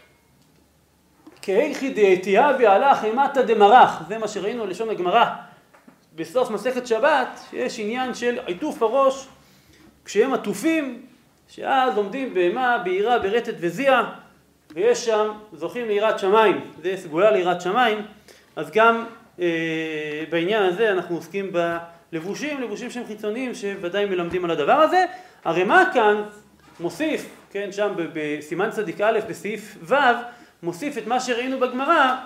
כאיכי דאתיה והלך אימתא דמרח, זה מה שראינו לשון הגמרא בסוף מסכת שבת, שיש עניין של עיטוף הראש כשהם עטופים, שאז עומדים בהמה, בעירה, ברטט וזיע, ויש שם זוכים ליראת שמיים, זה סגולה ליראת שמיים. אז גם אה, בעניין הזה אנחנו עוסקים בלבושים, לבושים שהם חיצוניים שוודאי מלמדים על הדבר הזה. הרמ"א כאן מוסיף, כן, שם בסימן צדיק א' בסעיף ו', מוסיף את מה שראינו בגמרא,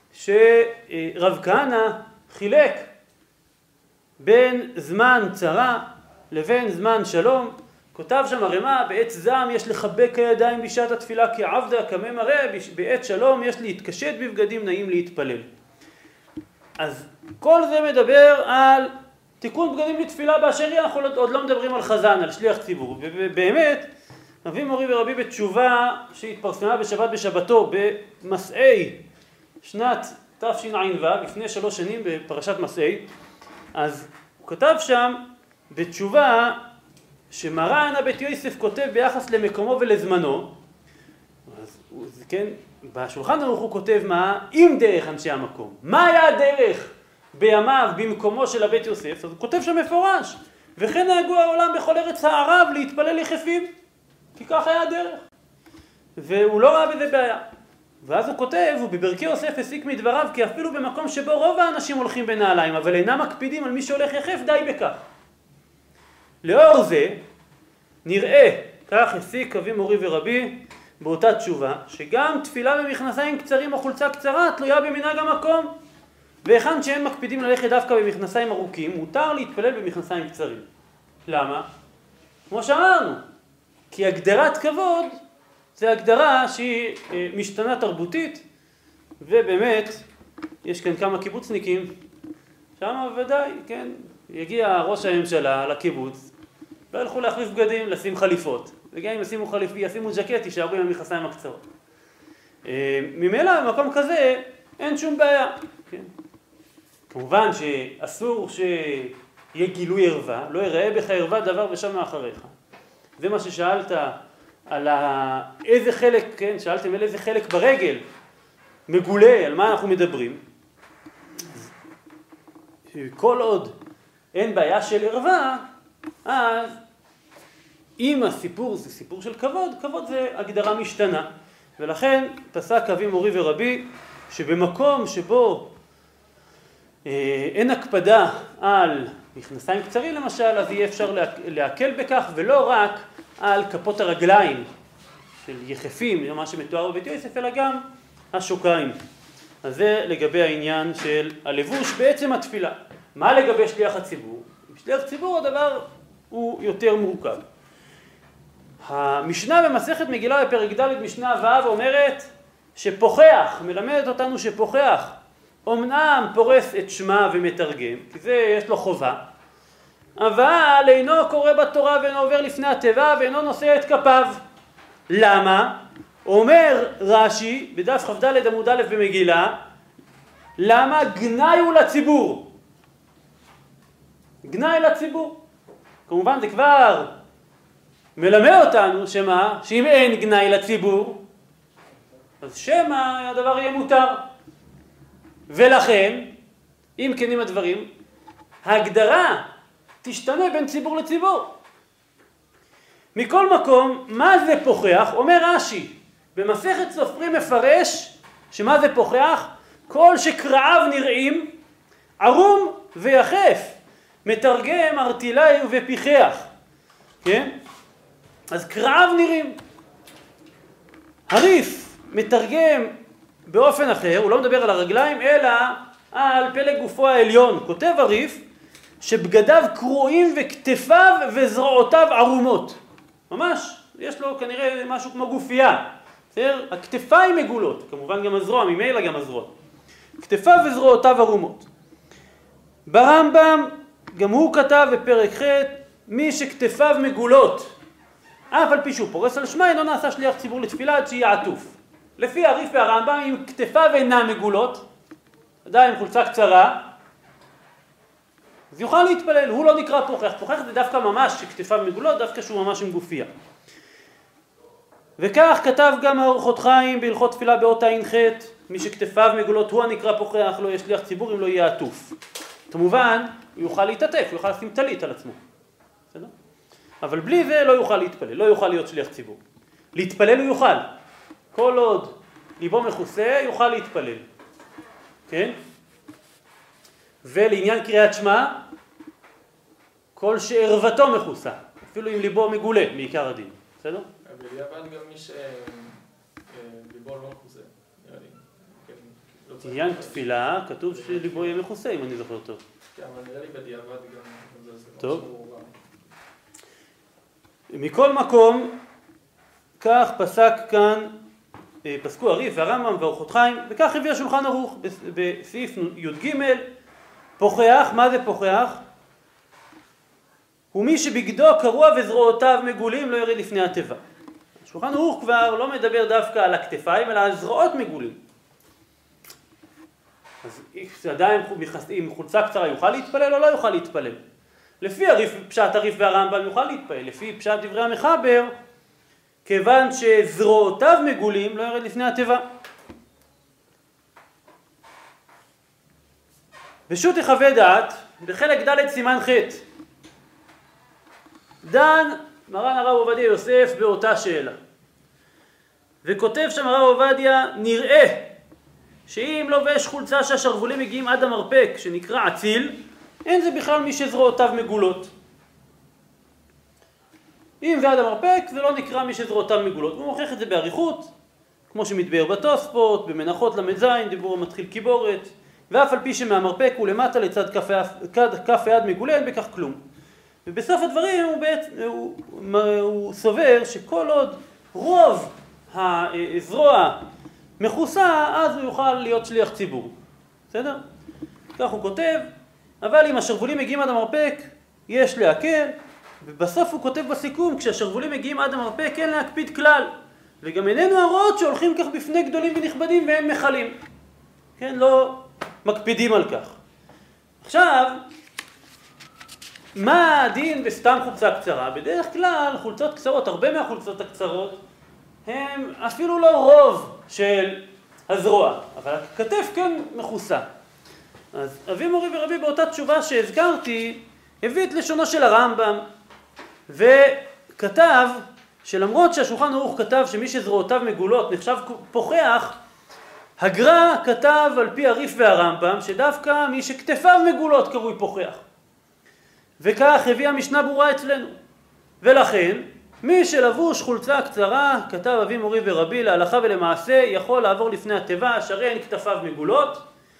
שרב כהנא חילק בין זמן צרה לבין זמן שלום. כותב שם הרמ"א, בעת זעם יש לחבק הידיים בשעת התפילה כעבדה כמי מראה, בעת שלום יש להתקשט בבגדים נעים להתפלל. אז כל זה מדבר על תיקון בגדים לתפילה באשר יהיה, אנחנו עוד לא מדברים על חזן, על שליח ציבור. ובאמת, אבי מורי ורבי בתשובה שהתפרסמה בשבת בשבתו במסעי שנת תשע"ו, לפני שלוש שנים בפרשת מסעי, אז הוא כתב שם בתשובה שמרן הבית יוסף כותב ביחס למקומו ולזמנו, אז הוא, כן, בשולחן ערוך הוא כותב מה? עם דרך אנשי המקום. מה היה הדרך בימיו במקומו של הבית יוסף? אז הוא כותב שם מפורש, וכן נהגו העולם בכל ארץ הערב להתפלל יחפים, כי כך היה הדרך. והוא לא ראה בזה בעיה. ואז הוא כותב, ובברכי יוסף הסיק מדבריו, כי אפילו במקום שבו רוב האנשים הולכים בנעליים, אבל אינם מקפידים על מי שהולך יחף, די בכך. לאור זה, נראה, כך הסיק אבי מורי ורבי, באותה תשובה, שגם תפילה במכנסיים קצרים או חולצה קצרה תלויה במנהג המקום, והיכן שהם מקפידים ללכת דווקא במכנסיים ארוכים, מותר להתפלל במכנסיים קצרים. למה? כמו שאמרנו, כי הגדרת כבוד זה הגדרה שהיא משתנה תרבותית, ובאמת יש כאן כמה קיבוצניקים, שם ודאי, כן, יגיע ראש הממשלה לקיבוץ, לא ילכו להחליף בגדים, לשים חליפות. וגם אם ישימו חליפי, ישימו ג'קט, יישארו עם המכנסיים הקצרות. ממילא במקום כזה אין שום בעיה. כן? כמובן שאסור שיהיה גילוי ערווה, לא יראה בך ערווה דבר ושם מאחריך. זה מה ששאלת על ה... איזה חלק, כן, שאלתם על איזה חלק ברגל מגולה, על מה אנחנו מדברים. כל עוד אין בעיה של ערווה, אז אם הסיפור זה סיפור של כבוד, כבוד זה הגדרה משתנה. ולכן פסק אבי מורי ורבי שבמקום שבו אה, אין הקפדה על מכנסיים קצרים למשל, אז יהיה אפשר להקל בכך, ולא רק על כפות הרגליים של יחפים, מה שמתואר בבית יוסף, אלא גם השוקיים. אז זה לגבי העניין של הלבוש בעצם התפילה. מה לגבי שליח הציבור? שליח ציבור הדבר הוא יותר מורכב. המשנה במסכת מגילה בפרק ד' משנה ו' אומרת שפוחח, מלמדת אותנו שפוחח, אמנם פורס את שמה ומתרגם, כי זה יש לו חובה, אבל אינו קורא בתורה ואינו עובר לפני התיבה ואינו נושא את כפיו. למה? אומר רש"י בדף כ"ד עמוד א' במגילה, למה? גנאי הוא לציבור. גנאי לציבור. כמובן זה כבר מלמד אותנו שמה? שאם אין גנאי לציבור, אז שמה הדבר יהיה מותר. ולכן, אם כנים הדברים, ההגדרה תשתנה בין ציבור לציבור. מכל מקום, מה זה פוחח? אומר רש"י, במסכת סופרים מפרש שמה זה פוחח? כל שקרעיו נראים, ערום ויחף, מתרגם ארטילאי ופיחח. כן? אז קרעיו נראים. הריף מתרגם באופן אחר, הוא לא מדבר על הרגליים, אלא על פלג גופו העליון. כותב הריף שבגדיו קרועים וכתפיו וזרועותיו ערומות. ממש, יש לו כנראה משהו כמו גופייה. בסדר? הכתפיים מגולות, כמובן גם הזרוע, ממילא גם הזרוע. כתפיו וזרועותיו ערומות. ברמב"ם, גם הוא כתב בפרק ח' מי שכתפיו מגולות, אף על פי שהוא פורס על שמע, אינו נעשה שליח ציבור לתפילה עד שיהיה עטוף. לפי הריף והרמב"ם, אם כתפיו אינם מגולות, עדיין חולצה קצרה, אז יוכל להתפלל, הוא לא נקרא פוחח. פוחח זה דווקא ממש שכתפיו מגולות, דווקא שהוא ממש עם גופייה. וכך כתב גם האורחות חיים בהלכות תפילה באות ע"ח, מי שכתפיו מגולות הוא הנקרא פוחח, לא יש שליח ציבור אם לא יהיה עטוף. כמובן, הוא יוכל להתעטף, הוא יוכל לשים טלית על עצמו. בסדר? אבל בלי זה לא יוכל להתפלל, לא יוכל להיות שליח ציבור. להתפלל הוא יוכל. כל עוד ליבו מכוסה, יוכל להתפלל. כן? ולעניין קריאת שמע, כל שערוותו מכוסה, אפילו אם ליבו מגולה, מעיקר הדין. בסדר? בדיעבד גם מי שליבו לא מכוסה, נראה לי. עניין תפילה, כתוב שליבו יהיה מכוסה, אם אני זוכר טוב. כן, אבל נראה לי בדיעבד גם זה טוב. מכל מקום, כך פסק כאן, פסקו הריף והרמב"ם והאורחות חיים, וכך הביא השולחן ערוך בסעיף י"ג, פוחח. מה זה פוחח? הוא מי שבגדו קרוע וזרועותיו מגולים לא ירד לפני התיבה. השולחן ערוך כבר לא מדבר דווקא על הכתפיים, אלא על זרועות מגולים. אז עדיין עם חולצה קצרה יוכל להתפלל או לא יוכל להתפלל? לפי הריף, פשט הריף והרמב"ם יוכל להתפלל, לפי פשט דברי המחבר, כיוון שזרועותיו מגולים לא ירד לפני התיבה. פשוט יחווה דעת, בחלק ד' סימן ח' דן מרן הרב עובדיה יוסף באותה שאלה. וכותב שם הרב עובדיה, נראה שאם לובש חולצה שהשרוולים מגיעים עד המרפק, שנקרא אציל, אין זה בכלל מי שזרועותיו מגולות. אם זה עד המרפק, זה לא נקרא מי שזרועותיו מגולות. הוא מוכיח את זה בעריכות, כמו שמתבאר בתוספות, במנחות למ"ז, דיבור המתחיל קיבורת, ואף על פי שמהמרפק הוא למטה לצד כף היד מגולה, אין בכך כלום. ובסוף הדברים הוא, בעצם, הוא, הוא סובר שכל עוד רוב הזרוע מכוסה, אז הוא יוכל להיות שליח ציבור. בסדר? כך הוא כותב, אבל אם השרוולים מגיעים עד המרפק, יש להקל, ובסוף הוא כותב בסיכום, כשהשרוולים מגיעים עד המרפק, אין להקפיד כלל. וגם איננו הוראות שהולכים כך בפני גדולים ונכבדים ואין מחלים. כן, לא מקפידים על כך. עכשיו, מה הדין בסתם חולצה קצרה? בדרך כלל חולצות קצרות, הרבה מהחולצות הקצרות, הם אפילו לא רוב של הזרוע, אבל הכתף כן מכוסה. אז אבי מורי ורבי באותה תשובה שהזכרתי, הביא את לשונו של הרמב"ם, וכתב שלמרות שהשולחן ערוך כתב שמי שזרועותיו מגולות נחשב פוחח, הגר"א כתב על פי הריף והרמב"ם שדווקא מי שכתפיו מגולות קרוי פוחח. וכך הביא המשנה ברורה אצלנו. ולכן, מי שלבוש חולצה קצרה, כתב אבי מורי ורבי, להלכה ולמעשה, יכול לעבור לפני התיבה, שהרי אין כתפיו מגולות,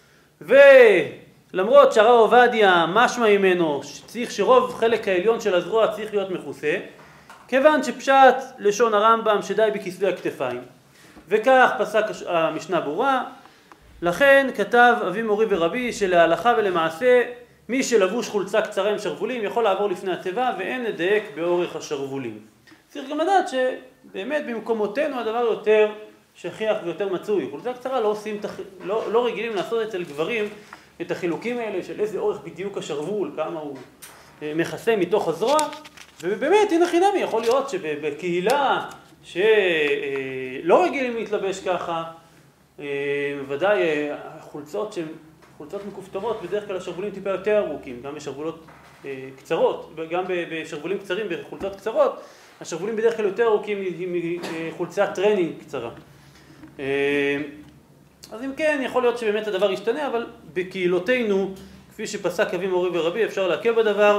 ולמרות שהרב עובדיה משמע ממנו שצריך שרוב חלק העליון של הזרוע צריך להיות מכוסה, כיוון שפשט לשון הרמב"ם שדי בכיסוי הכתפיים. וכך פסק המשנה ברורה, לכן כתב אבי מורי ורבי שלהלכה ולמעשה, מי שלבוש חולצה קצרה עם שרוולים יכול לעבור לפני התיבה ואין לדייק באורך השרוולים. צריך גם לדעת שבאמת במקומותינו הדבר יותר שכיח ויותר מצוי. חולצה קצרה לא, עושים, לא, לא רגילים לעשות אצל גברים את החילוקים האלה של איזה אורך בדיוק השרוול, כמה הוא מכסה מתוך הזרוע. ובאמת, הנה חינמי, יכול להיות שבקהילה שלא רגילים להתלבש ככה, ודאי בחולצות שהן חולצות מכופתרות, בדרך כלל השרוולים טיפה יותר ארוכים, גם בשרוולות אה, קצרות, גם בשרווולים קצרים, בחולצות קצרות, השרווולים בדרך כלל יותר ארוכים מחולצת טרנינג קצרה. אה, אז אם כן, יכול להיות שבאמת הדבר ישתנה, אבל בקהילותינו, כפי שפסק אבי מורי ורבי, אפשר להקל בדבר,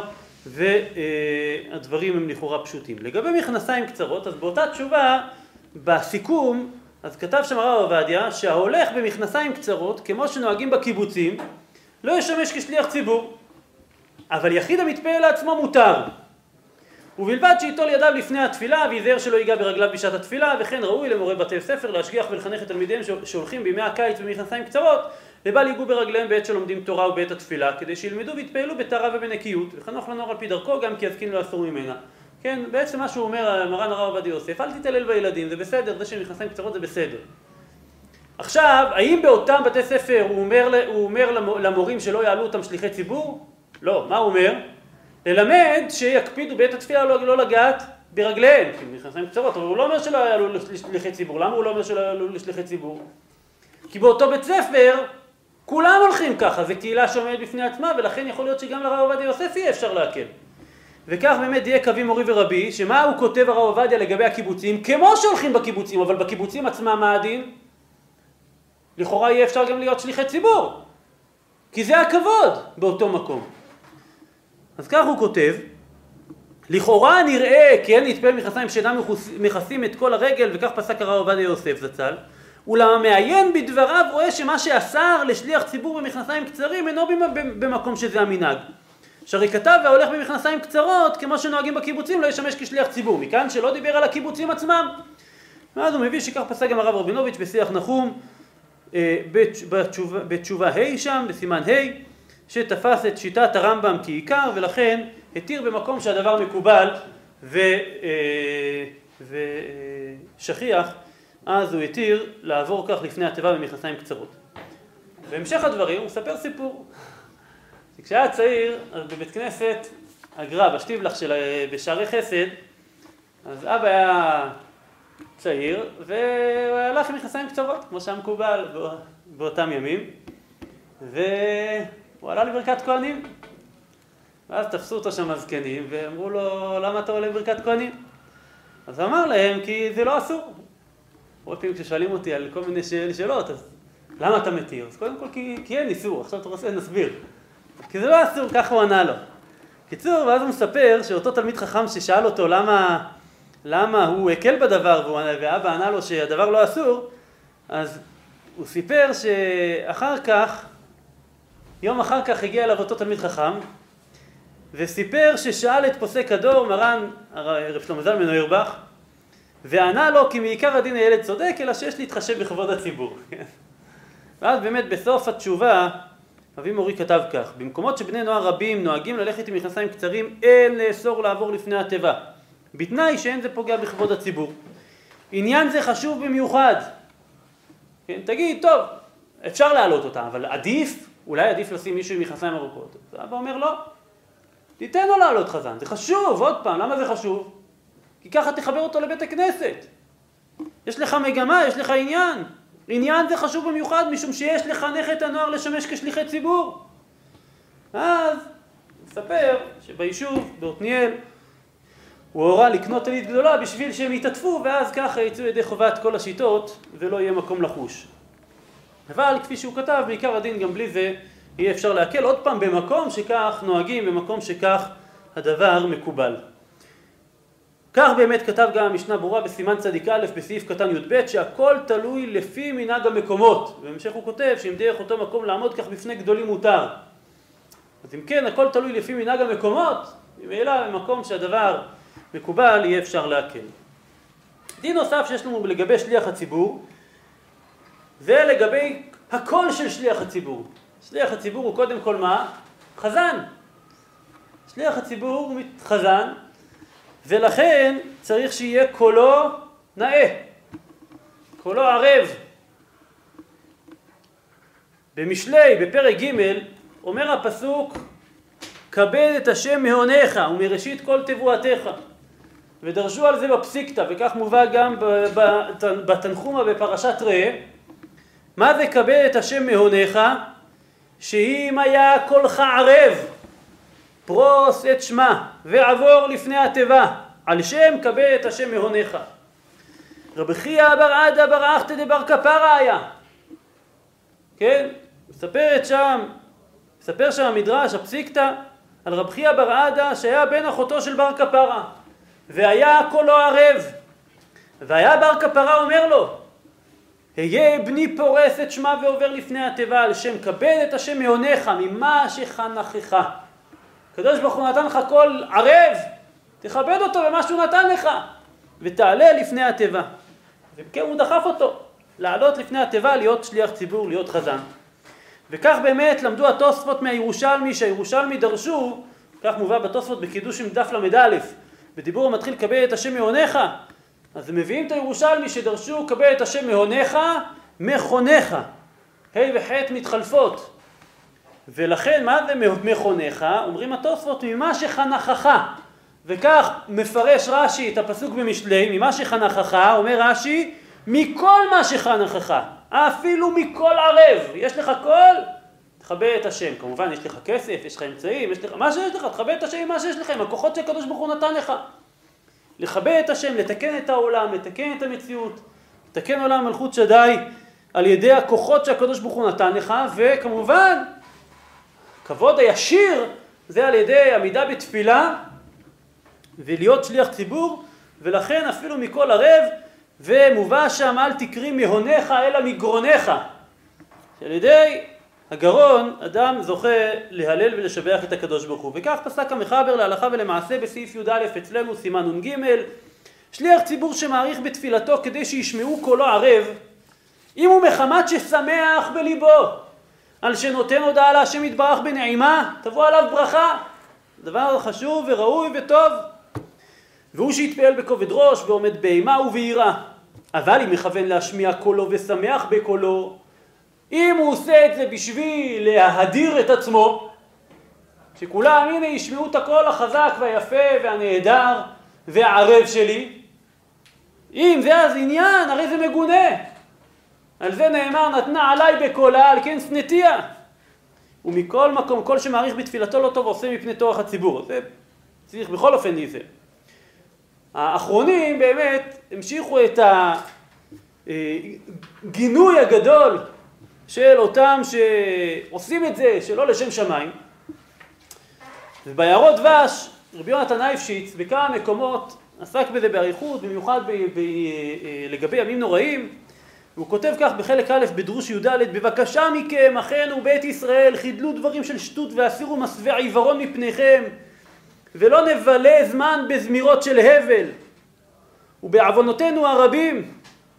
והדברים הם לכאורה פשוטים. לגבי מכנסיים קצרות, אז באותה תשובה, בסיכום, אז כתב שם הרב עובדיה, שההולך במכנסיים קצרות, כמו שנוהגים בקיבוצים, לא ישמש כשליח ציבור. אבל יחיד המתפלל לעצמו מותר. ובלבד שיטול ידיו לפני התפילה, ויזהר שלא ייגע ברגליו בשעת התפילה, וכן ראוי למורה בתי ספר להשגיח ולחנך את תלמידיהם שהולכים בימי הקיץ במכנסיים קצרות, לבל ייגעו ברגליהם בעת שלומדים תורה ובעת התפילה, כדי שילמדו ויתפעלו בטהרה ובנקיות, וחנוך לנוער על פי דרכו, גם כי יזקין לא אסור ממנה. כן, בעצם מה שהוא אומר, מרן הרב עובדיה יוסף, אל תתעלל בילדים, זה בסדר, זה שמכנסיים קצרות זה בסדר. עכשיו, האם באותם בתי ספר הוא אומר, הוא אומר למורים שלא יעלו אותם שליחי ציבור? לא, מה הוא אומר? ללמד שיקפידו בעת התפילה לא, לא לגעת ברגליהם, כי מכנסיים קצרות, אבל הוא לא אומר שלא יעלו לשליחי ציבור. למה הוא לא אומר שלא יעלו לשליחי ציבור? כי באותו בית ספר כולם הולכים ככה, זה קהילה שעומדת בפני עצמה, ולכן יכול להיות שגם לרב עובדיה יוסף יהיה אפשר להקל. וכך באמת יהיה קווי מורי ורבי, שמה הוא כותב הרב עובדיה לגבי הקיבוצים, כמו שהולכים בקיבוצים, אבל בקיבוצים עצמם מה הדין? לכאורה יהיה אפשר גם להיות שליחי ציבור, כי זה הכבוד באותו מקום. אז כך הוא כותב, לכאורה נראה, כן, נתפלל מכנסיים שאינם מכסים את כל הרגל, וכך פסק הרב עובדיה יוסף זצ"ל, אולם המעיין בדבריו רואה שמה שאסר לשליח ציבור במכנסיים קצרים אינו במקום שזה המנהג. שהרי כתב והולך במכנסיים קצרות, כמו שנוהגים בקיבוצים, לא ישמש כשליח ציבור. מכאן שלא דיבר על הקיבוצים עצמם. ואז הוא מביא שכך פסק גם הרב רבינוביץ' בשיח נחום, בתשובה, בתשובה ה' שם, בסימן ה', שתפס את שיטת הרמב"ם כעיקר, ולכן התיר במקום שהדבר מקובל ושכיח, אז הוא התיר לעבור כך לפני התיבה במכנסיים קצרות. בהמשך הדברים הוא מספר סיפור. כשהיה צעיר, אז בבית כנסת, הגר"א, בשטיבלח של בשערי חסד, אז אבא היה צעיר, והוא הלך עם מכנסיים קצרות, כמו שהיה מקובל באותם ימים, והוא עלה לברכת כהנים. ואז תפסו אותו שם הזקנים, ואמרו לו, למה אתה עולה לברכת כהנים? אז הוא אמר להם, כי זה לא אסור. עוד פעמים כששואלים אותי על כל מיני שאלות, אז למה אתה מתיר? אז קודם כל, כי, כי אין איסור, עכשיו אתה רוצה נסביר. כי זה לא אסור, ככה הוא ענה לו. קיצור, ואז הוא מספר שאותו תלמיד חכם ששאל אותו למה, למה הוא הקל בדבר, ואבא ענה לו שהדבר לא אסור, אז הוא סיפר שאחר כך, יום אחר כך הגיע אליו אותו תלמיד חכם, וסיפר ששאל את פוסק הדור, מרן רב שלמה זלמן אוירבך, וענה לו כי מעיקר הדין הילד צודק, אלא שיש להתחשב בכבוד הציבור. ואז באמת בסוף התשובה, אבי מורי כתב כך, במקומות שבני נוער רבים נוהגים ללכת עם מכנסיים קצרים, אין לאסור לעבור לפני התיבה, בתנאי שאין זה פוגע בכבוד הציבור. עניין זה חשוב במיוחד. כן, תגיד, טוב, אפשר להעלות אותה, אבל עדיף, אולי עדיף לשים מישהו עם מכנסיים ארוכות. אבא אומר לא, תיתן לו לעלות חזן, זה חשוב, עוד פעם, למה זה חשוב? כי ככה תחבר אותו לבית הכנסת. יש לך מגמה, יש לך עניין. עניין זה חשוב במיוחד, משום שיש לחנך את הנוער לשמש כשליחי ציבור. אז נספר שביישוב, בעתניאל, הוא הורה לקנות תלית גדולה בשביל שהם יתעטפו, ואז ככה יצאו ידי חובת כל השיטות, ולא יהיה מקום לחוש. אבל כפי שהוא כתב, בעיקר הדין גם בלי זה, יהיה אפשר להקל עוד פעם במקום שכך נוהגים, במקום שכך הדבר מקובל. כך באמת כתב גם המשנה ברורה בסימן צדיק א' בסעיף קטן י"ב, שהכל תלוי לפי מנהג המקומות. בהמשך הוא כותב שאם דרך אותו מקום לעמוד כך בפני גדולים מותר. אז אם כן, הכל תלוי לפי מנהג המקומות, ממילא במקום שהדבר מקובל יהיה אפשר להקל. דין נוסף שיש לנו לגבי שליח הציבור, זה לגבי הקול של שליח הציבור. שליח הציבור הוא קודם כל מה? חזן. שליח הציבור הוא חזן, ולכן צריך שיהיה קולו נאה, קולו ערב. במשלי, בפרק ג' אומר הפסוק, כבד את השם מהונך ומראשית כל תבואתך. ודרשו על זה בפסיקתא, וכך מובא גם בתנחומא בפרשת ראה, מה זה קבל את השם מהונך? שאם היה קולך ערב, פרוס את שמה ועבור לפני התיבה, על שם קבל את השם מהונך. רבי חייא בר עדה בר אחתא דבר כפרה היה. כן? מספרת שם, מספר שם המדרש, הפסיקתא, על רבי חייא בר עדה שהיה בן אחותו של בר כפרה, והיה קולו ערב. והיה בר כפרה אומר לו, היה בני פורס את שמה ועובר לפני התיבה, על שם קבל את השם מהונך ממה שחנכך. הקדוש ברוך הוא נתן לך קול ערב, תכבד אותו במה שהוא נתן לך, ותעלה לפני התיבה. וכן הוא דחף אותו לעלות לפני התיבה, להיות שליח ציבור, להיות חזן. וכך באמת למדו התוספות מהירושלמי, שהירושלמי דרשו, כך מובא בתוספות בקידוש עם דף למד א', בדיבור המתחיל קבל את השם מהונך, אז הם מביאים את הירושלמי שדרשו קבל את השם מהונך מכונך, ה' וח' מתחלפות. ולכן מה זה מכונך? אומרים התוספות ממה שחנכך, וכך מפרש רש"י את הפסוק במשלי, ממה שחנכך, אומר רש"י, מכל מה שחנכך, אפילו מכל ערב, יש לך קול, תכבד את השם. כמובן יש לך כסף, יש לך אמצעים, יש לך, מה שיש לך, תכבד את השם עם מה שיש לך, עם הכוחות שהקדוש ברוך הוא נתן לך. לכבד את השם, לתקן את העולם, לתקן את המציאות, לתקן עולם מלכות שדי, על ידי הכוחות שהקדוש ברוך הוא נתן לך, וכמובן, כבוד הישיר, זה על ידי עמידה בתפילה, ולהיות שליח ציבור, ולכן אפילו מכל ערב, ומובא שם אל תקרי מהונך אלא מגרונך. שעל ידי הגרון אדם זוכה להלל ולשבח את הקדוש ברוך הוא. וכך פסק המחבר להלכה ולמעשה בסעיף י"א אצלנו סימן נ"ג, שליח ציבור שמעריך בתפילתו כדי שישמעו קולו ערב, אם הוא מחמת ששמח בליבו, על שנותן הודעה להשם יתברך בנעימה, תבוא עליו ברכה. דבר חשוב וראוי וטוב. והוא שיתפעל בכובד ראש ועומד באימה וביראה. אבל אם מכוון להשמיע קולו ושמח בקולו, אם הוא עושה את זה בשביל להדיר את עצמו, שכולם הנה ישמעו את הקול החזק והיפה והנהדר והערב שלי, אם זה אז עניין, הרי זה מגונה. על זה נאמר נתנה עליי בקולה, על כן שנתיה. ומכל מקום, כל שמעריך בתפילתו לא טוב עושה מפני טורח הציבור. זה צריך בכל אופן להיזהר. האחרונים באמת המשיכו את הגינוי הגדול של אותם שעושים את זה שלא לשם שמיים. וביערות דבש רבי יונתן אייבשיץ בכמה מקומות עסק בזה באריכות, במיוחד ב- ב- לגבי ימים נוראים. הוא כותב כך בחלק א' בדרוש י"ד, בבקשה מכם אחינו בית ישראל, חידלו דברים של שטות והסירו מסווה עיוורון מפניכם, ולא נבלה זמן בזמירות של הבל. ובעוונותינו הרבים,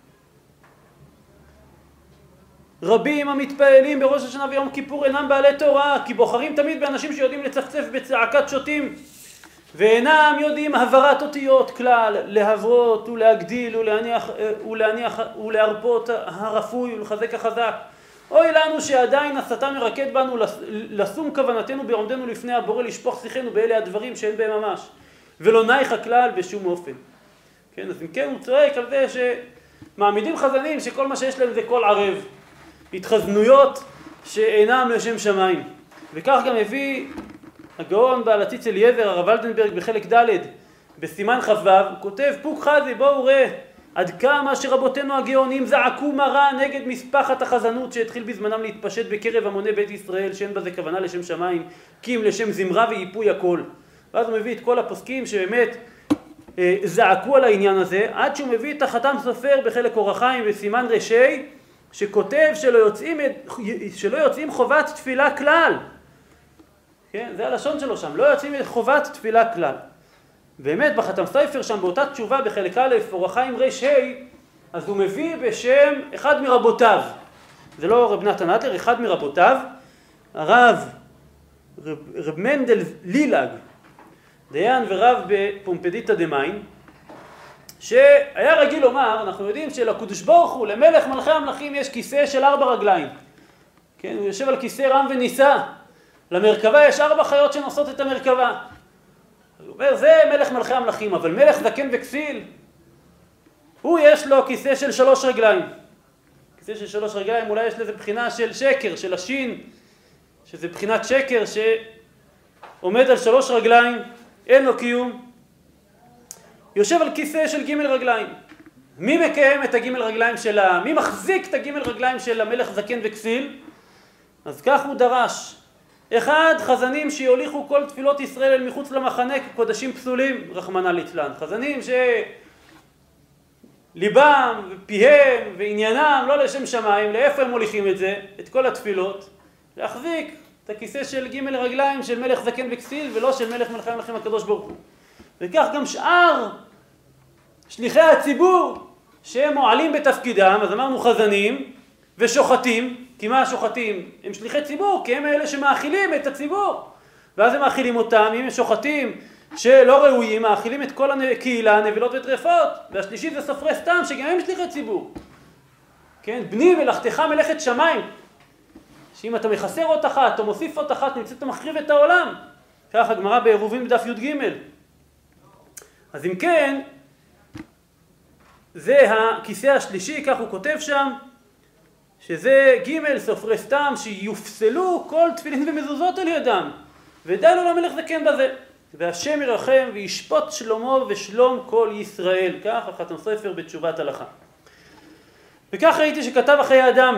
רבים המתפעלים בראש השנה ויום כיפור אינם בעלי תורה, כי בוחרים תמיד באנשים שיודעים לצפצף בצעקת שוטים, ואינם יודעים הברת אותיות כלל, להברות ולהגדיל ולהניח, ולהניח ולהרפות הרפוי ולחזק החזק. אוי לנו שעדיין השטן מרקד בנו לשום כוונתנו בעומדנו לפני הבורא לשפוך שיחנו באלה הדברים שאין בהם ממש, ולא נייך כלל בשום אופן. כן, אז אם כן הוא צועק על זה שמעמידים חזנים שכל מה שיש להם זה קול ערב, התחזנויות שאינם לשם שמיים. וכך גם הביא הגאון בעל הציץ אליעזר הרב ולדנברג בחלק ד' בסימן ח"ו, הוא כותב פוק חזי, בואו ראה עד כמה שרבותינו הגאונים זעקו מרה נגד מספחת החזנות שהתחיל בזמנם להתפשט בקרב המוני בית ישראל, שאין בזה כוונה לשם שמיים, כי אם לשם זמרה ויפוי הכל. ואז הוא מביא את כל הפוסקים שבאמת אה, זעקו על העניין הזה, עד שהוא מביא את החתם סופר בחלק אור החיים בסימן רשי, שכותב שלא יוצאים, שלא יוצאים חובת תפילה כלל. כן? זה הלשון שלו שם, לא יוצאים חובת תפילה כלל. באמת בחתם סופר שם באותה תשובה בחלק א' אור החיים רשי, אז הוא מביא בשם אחד מרבותיו, זה לא רב נתן אדלר, אחד מרבותיו, הרב רב, רב מנדל לילג, דיין ורב בפומפדיטה דמיין, שהיה רגיל לומר, אנחנו יודעים שלקדוש ברוך הוא, למלך מלכי המלכים יש כיסא של ארבע רגליים. כן, הוא יושב על כיסא רם ונישא. למרכבה יש ארבע חיות שנושאות את המרכבה. הוא אומר, זה מלך מלכי המלכים, אבל מלך זקן וכסיל, הוא יש לו כיסא של שלוש רגליים. כיסא של שלוש רגליים, אולי יש לזה בחינה של שקר, של השין, שזה בחינת שקר שעומד על שלוש רגליים, אין לו קיום. יושב על כיסא של ג' רגליים. מי מקיים את הג' רגליים שלה? מי מחזיק את הג' רגליים של המלך זקן וכסיל? אז כך הוא דרש. אחד, חזנים שיוליכו כל תפילות ישראל אל מחוץ למחנה כקודשים פסולים, רחמנא ליצלן. חזנים שליבם ופיהם ועניינם לא לשם שמיים, לאיפה הם מוליכים את זה? את כל התפילות. להחזיק את הכיסא של ג' רגליים של מלך זקן וכסיל ולא של מלך מלכי המלכים הקדוש ברוך הוא. וכך גם שאר שליחי הציבור שהם מועלים בתפקידם, אז אמרנו חזנים ושוחטים, כי מה השוחטים? הם שליחי ציבור, כי הם אלה שמאכילים את הציבור. ואז הם מאכילים אותם, אם הם שוחטים שלא ראויים, מאכילים את כל הקהילה, נבלות וטרפות. והשלישי זה סופרי סתם, שגם הם שליחי ציבור. כן, בני מלאכתך מלאכת שמיים. שאם אתה מחסר אות אחת או מוסיף אות אחת, נמצאת אתה מחריב את העולם. כך הגמרא בעירובין בדף י"ג. אז אם כן, זה הכיסא השלישי, כך הוא כותב שם, שזה ג' סופרי סתם שיופסלו כל תפילין ומזוזות על ידם, ודי לו למלך זקן בזה. והשם ירחם וישפוט שלמה ושלום כל ישראל. כך החתום סופר בתשובת הלכה. וכך ראיתי שכתב אחרי אדם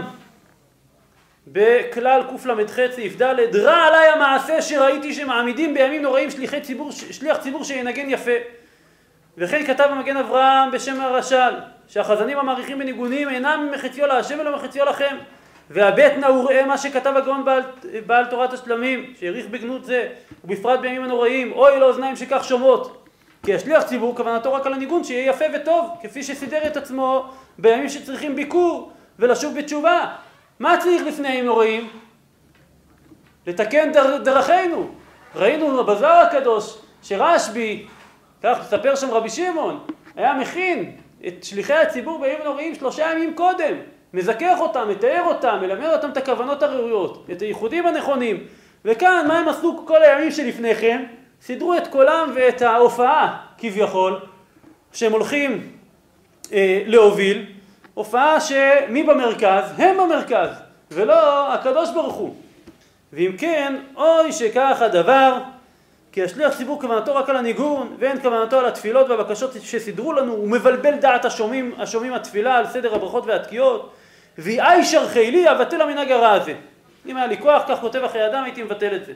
בכלל קל"ח סעיף ד', רע עליי המעשה שראיתי שמעמידים בימים נוראים שליחי ציבור, שליח ציבור שינגן יפה. וכן כתב המגן אברהם בשם הרש"ל, שהחזנים המעריכים בניגונים אינם מחציו להשם אלא מחציו לכם. והבט נא וראה מה שכתב הגאון בעל, בעל תורת השלמים, שהעריך בגנות זה, ובפרט בימים הנוראים, אוי לאוזניים שכך שומעות. כי השליח ציבור כוונתו רק על הניגון, שיהיה יפה וטוב, כפי שסידר את עצמו בימים שצריכים ביקור ולשוב בתשובה. מה צריך לפני ימים נוראים? לתקן דר, דרכינו. ראינו בזוהר הקדוש שרשב"י, כך מספר שם רבי שמעון, היה מכין את שליחי הציבור בימים נוראים שלושה ימים קודם, מזכח אותם, מתאר אותם, מלמד אותם את הכוונות הראויות, את הייחודים הנכונים. וכאן מה הם עשו כל הימים שלפניכם? סידרו את קולם ואת ההופעה כביכול שהם הולכים אה, להוביל, הופעה שמי במרכז? הם במרכז, ולא הקדוש ברוך הוא. ואם כן, אוי שכך הדבר, כי השליח ציבור כוונתו רק על הניגון, ואין כוונתו על התפילות והבקשות שסידרו לנו, הוא מבלבל דעת השומעים, השומעים התפילה על סדר הברכות והתקיעות, ואי שרחי לי אבטל המנהג הרע הזה. אם היה לי כוח, כך כותב אחרי אדם, הייתי מבטל את זה.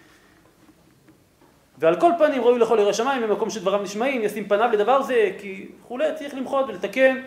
ועל כל פנים ראוי לכל ירא שמיים, במקום שדבריו נשמעים, ישים פניו לדבר זה, כי כולי צריך למחות ולתקן,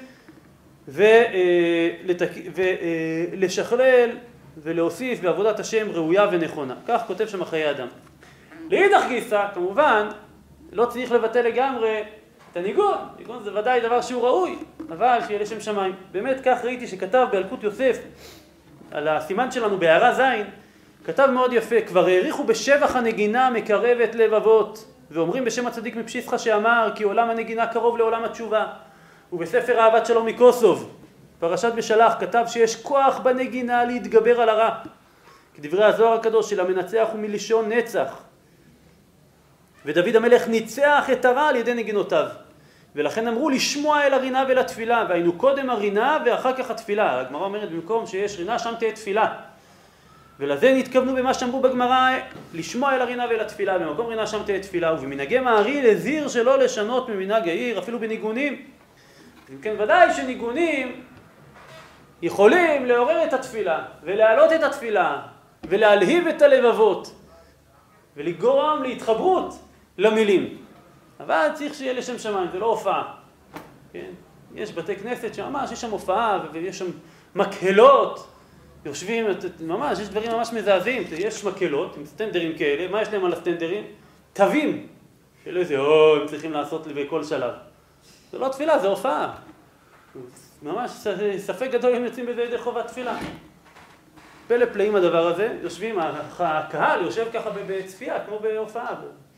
ולשכלל ולהוסיף בעבודת השם ראויה ונכונה. כך כותב שם חיי אדם. לאידך גיסא, כמובן, לא צריך לבטל לגמרי את הניגון. ניגון זה ודאי דבר שהוא ראוי, אבל שיהיה לשם שמיים. באמת כך ראיתי שכתב באלקוט יוסף, על הסימן שלנו בהערה זין, כתב מאוד יפה, כבר העריכו בשבח הנגינה מקרבת לבבות, ואומרים בשם הצדיק מפשיסחה שאמר, כי עולם הנגינה קרוב לעולם התשובה. ובספר אהבת שלום מקוסוב, פרשת בשלח, כתב שיש כוח בנגינה להתגבר על הרע. כדברי הזוהר הקדוש של המנצח הוא מלשון נצח. ודוד המלך ניצח את הרע על ידי נגינותיו. ולכן אמרו לשמוע אל הרינה ואל התפילה, והיינו קודם הרינה ואחר כך התפילה. הגמרא אומרת במקום שיש רינה שם תהיה תפילה. ולזה נתכוונו במה שאמרו בגמרא, לשמוע אל הרינה ואל התפילה, במקום רינה שם תהיה תפילה. ובמנהגי מעריל הזהיר שלא לשנות ממנהג העיר, אפילו בניגונים. אם כן ודאי שניגונים יכולים לעורר את התפילה ולהעלות את התפילה ולהלהיב את הלבבות ולגרום להתחברות למילים, אבל צריך שיהיה לשם שמיים, זה לא הופעה. כן? יש בתי כנסת שממש יש שם הופעה ויש שם מקהלות, יושבים ממש, יש דברים ממש מזעזעים. יש מקהלות עם סטנדרים כאלה, מה יש להם על הסטנדרים? תווים של איזה או הם צריכים לעשות בכל שלב. זה לא תפילה, זה הופעה. ממש ספק גדול אם יוצאים בזה ידי חובת תפילה. פלא פלאים הדבר הזה, יושבים, הקהל יושב ככה בצפייה, כמו בהופעה.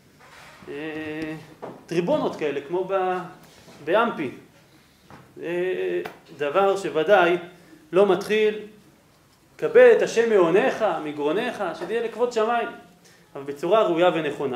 טריבונות כאלה, כמו באמפי. דבר שוודאי לא מתחיל, קבל את השם מעונך, מגרונך, שזה יהיה לכבוד שמיים, אבל בצורה ראויה ונכונה.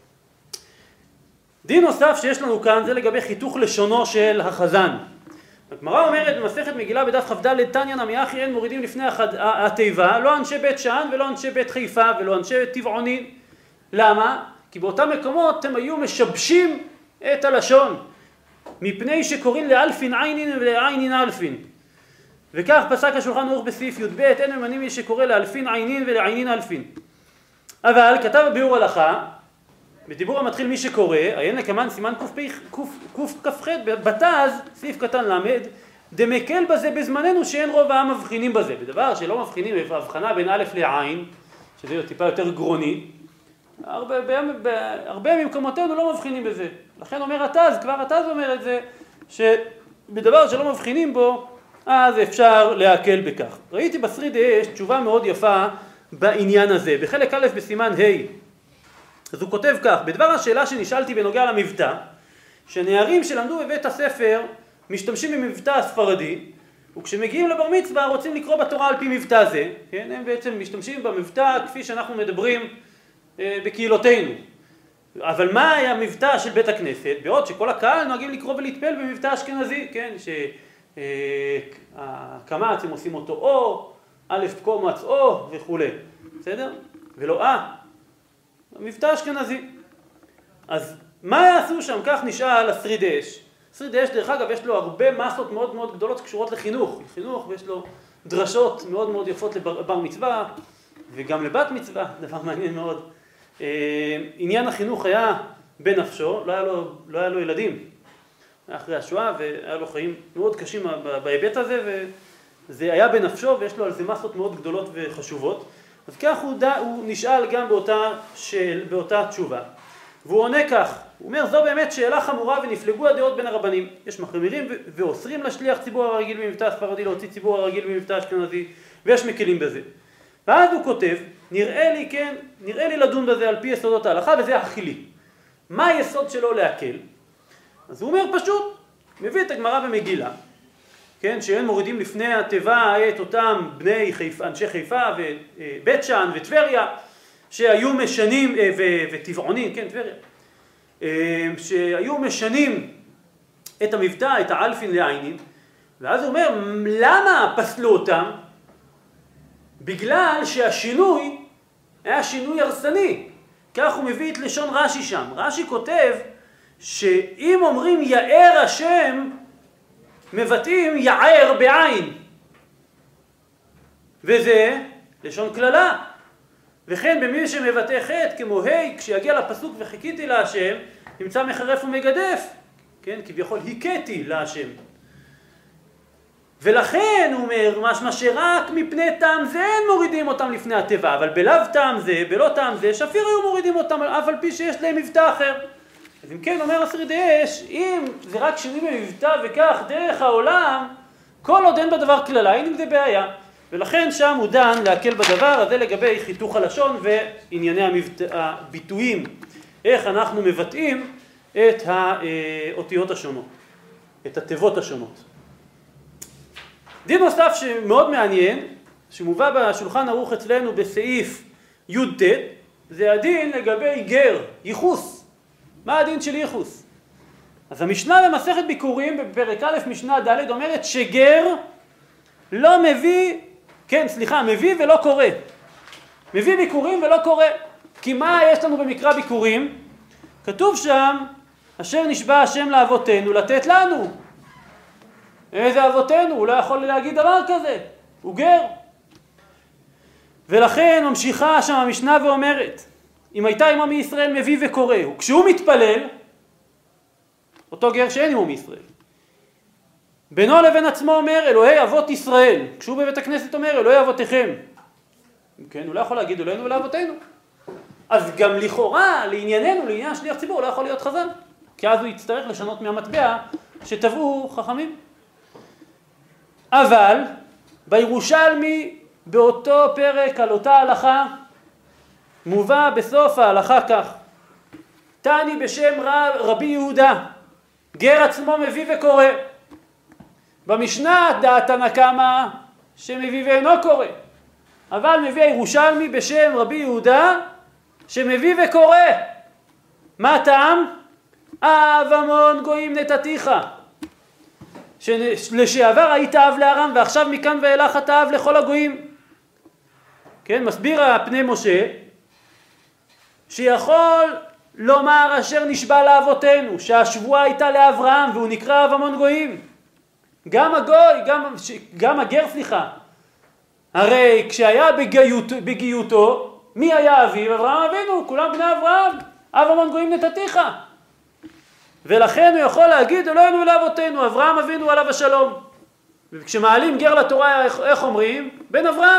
דין נוסף שיש לנו כאן זה לגבי חיתוך לשונו של החזן. הגמרא אומרת במסכת מגילה בדף כ"ד תניא נמי אחי אין מורידים לפני התיבה, לא אנשי בית שאן ולא אנשי בית חיפה ולא אנשי טבעונים. למה? כי באותם מקומות הם היו משבשים את הלשון, מפני שקוראים לאלפין עינין ולעינין אלפין. וכך פסק השולחן ערוך בסעיף י"ב, אין ממנים מי שקורא לאלפין עינין ולעינין אלפין. אבל כתב בביאור הלכה, בדיבור המתחיל מי שקורא, עיין לקמן סימן קכ"ח בתז, סעיף קטן למד, דמקל בזה בזמננו שאין רוב העם מבחינים בזה. בדבר שלא מבחינים בהבחנה בין א' לעין, שזה טיפה יותר גרוני, הרבה, הרבה ממקומותינו לא מבחינים בזה. לכן אומר התז, כבר התז אומר את זה, שבדבר שלא מבחינים בו, אז אפשר להקל בכך. ראיתי בשרידי אש תשובה מאוד יפה בעניין הזה, בחלק א' בסימן ה'. אז הוא כותב כך, בדבר השאלה שנשאלתי בנוגע למבטא, שנערים שלמדו בבית הספר משתמשים במבטא הספרדי, וכשמגיעים לבר מצווה רוצים לקרוא בתורה על פי מבטא זה, כן? הם בעצם משתמשים במבטא כפי שאנחנו מדברים אה, בקהילותינו. אבל מה היה המבטא של בית הכנסת? בעוד שכל הקהל נוהגים לקרוא ולהתפל במבטא אשכנזי, כן? שהקמץ הם עושים אותו או, א' קומץ או וכו', בסדר? ולא אה. המבטא אשכנזי. אז מה יעשו שם? כך נשאל השרידי אש. השרידי אש דרך אגב יש לו הרבה מסות מאוד מאוד גדולות שקשורות לחינוך. לחינוך ויש לו דרשות מאוד מאוד יפות לבר מצווה וגם לבת מצווה, דבר מעניין מאוד. עניין החינוך היה בנפשו, לא היה לו, לא היה לו ילדים. היה אחרי השואה והיה לו חיים מאוד קשים בהיבט הזה וזה היה בנפשו ויש לו על זה מסות מאוד גדולות וחשובות. אז כך הוא, דע, הוא נשאל גם באותה, של, באותה תשובה. והוא עונה כך, הוא אומר, זו באמת שאלה חמורה ונפלגו הדעות בין הרבנים. יש מחמירים ואוסרים לשליח ציבור הרגיל במבטא הספרדי להוציא ציבור הרגיל במבטא אשכנזי, ויש מקלים בזה. ואז הוא כותב, נראה לי, כן, נראה לי לדון בזה על פי יסודות ההלכה, וזה החילי. מה היסוד שלו להקל? אז הוא אומר פשוט, מביא את הגמרא במגילה, כן, שהם מורידים לפני התיבה את אותם בני חיפה, אנשי חיפה ובית שאן וטבריה, שהיו משנים, וטבעונים, כן, טבריה, שהיו משנים את המבטא, את האלפין לעינין, ואז הוא אומר, למה פסלו אותם? בגלל שהשינוי היה שינוי הרסני. כך הוא מביא את לשון רש"י שם. רש"י כותב שאם אומרים יאר השם, מבטאים יער בעין. וזה לשון כללה. וכן במי שמבטא חטא כמו ה' כשיגיע לפסוק וחיכיתי להשם, נמצא מחרף ומגדף. כן, כביכול היכיתי להשם. ולכן הוא אומר, משמע שרק מפני טעם זה אין מורידים אותם לפני התיבה, אבל בלאו טעם זה, בלא טעם זה, שאפילו היו מורידים אותם אף על פי שיש להם מבטא אחר. אז אם כן אומר השרידי אש, אם זה רק שינוי במבטא וכך דרך העולם, כל עוד אין בדבר כללה, אין עם זה בעיה. ולכן שם הוא דן להקל בדבר הזה לגבי חיתוך הלשון וענייני המבטא, הביטויים, איך אנחנו מבטאים את האותיות השונות, את התיבות השונות. דין נוסף שמאוד מעניין, שמובא בשולחן ערוך אצלנו בסעיף י"ט, זה הדין לגבי גר, ייחוס. מה הדין של ייחוס? אז המשנה במסכת ביקורים בפרק א' משנה ד' אומרת שגר לא מביא, כן סליחה, מביא ולא קורא. מביא ביקורים ולא קורא. כי מה יש לנו במקרא ביקורים? כתוב שם, אשר נשבע השם לאבותינו לתת לנו. איזה אבותינו? הוא לא יכול להגיד דבר כזה. הוא גר. ולכן ממשיכה שם המשנה ואומרת, אם הייתה עמו מישראל מביא וקורא, וכשהוא מתפלל, אותו גר שאין עמו מישראל. בינו לבין עצמו אומר, אלוהי אבות ישראל. כשהוא בבית הכנסת אומר, אלוהי אבותיכם. כן, הוא לא יכול להגיד אלוהינו ולאבותינו. אז גם לכאורה, לענייננו, לעניין שליח ציבור, לא יכול להיות חז"ל. כי אז הוא יצטרך לשנות מהמטבע שטבעו חכמים. אבל בירושלמי באותו פרק על אותה הלכה מובא בסוף ההלכה כך, תני בשם רב, רבי יהודה, גר עצמו מביא וקורא. במשנה דעת תנא קמא שמביא ואינו קורא, אבל מביא הירושלמי בשם רבי יהודה שמביא וקורא. מה טעם? אב המון גויים נתתיך. שלשעבר היית אב לארם ועכשיו מכאן ואילך אתה אב לכל הגויים. כן, מסביר הפני משה שיכול לומר אשר נשבע לאבותינו שהשבועה הייתה לאברהם והוא נקרא אב המון גויים. גם הגוי, גם, גם הגר סליחה, הרי כשהיה בגיות, בגיותו מי היה אביו? אברהם אבינו, כולם בני אברהם, אב המון גויים נתתיך. ולכן הוא יכול להגיד אלוהינו לאבותינו, אברהם אבינו עליו השלום. וכשמעלים גר לתורה איך, איך אומרים? בן אברהם.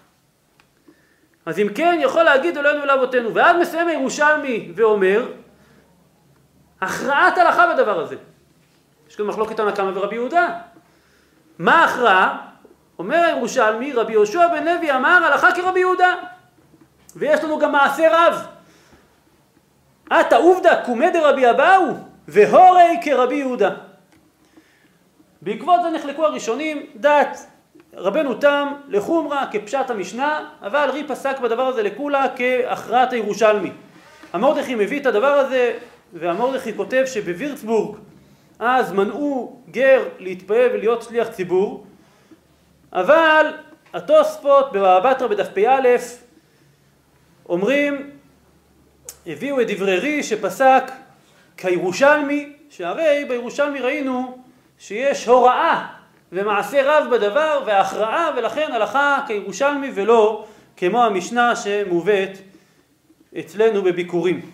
אז אם כן יכול להגיד אלוהינו לאבותינו. ואז מסיים הירושלמי ואומר הכרעת הלכה בדבר הזה. יש כאן מחלוקת תנא קמא ורבי יהודה. מה ההכרעה? אומר הירושלמי, רבי יהושע בן לוי אמר הלכה כרבי יהודה. ויש לנו גם מעשה רב. עתה עובדא קומא דרבי אבאו והורי כרבי יהודה. בעקבות זה נחלקו הראשונים דעת רבנו תם לחומרה כפשט המשנה, אבל רי פסק בדבר הזה לכולה כהכרעת הירושלמי. המורדכי מביא את הדבר הזה, והמורדכי כותב שבווירצבורג אז מנעו גר להתפעל ולהיות שליח ציבור, אבל התוספות בבבא בתרא בדף פ"א אומרים, הביאו את דברי רי שפסק כירושלמי, שהרי בירושלמי ראינו שיש הוראה ומעשה רב בדבר והכרעה, ולכן הלכה כירושלמי ולא כמו המשנה שמובאת אצלנו בביקורים.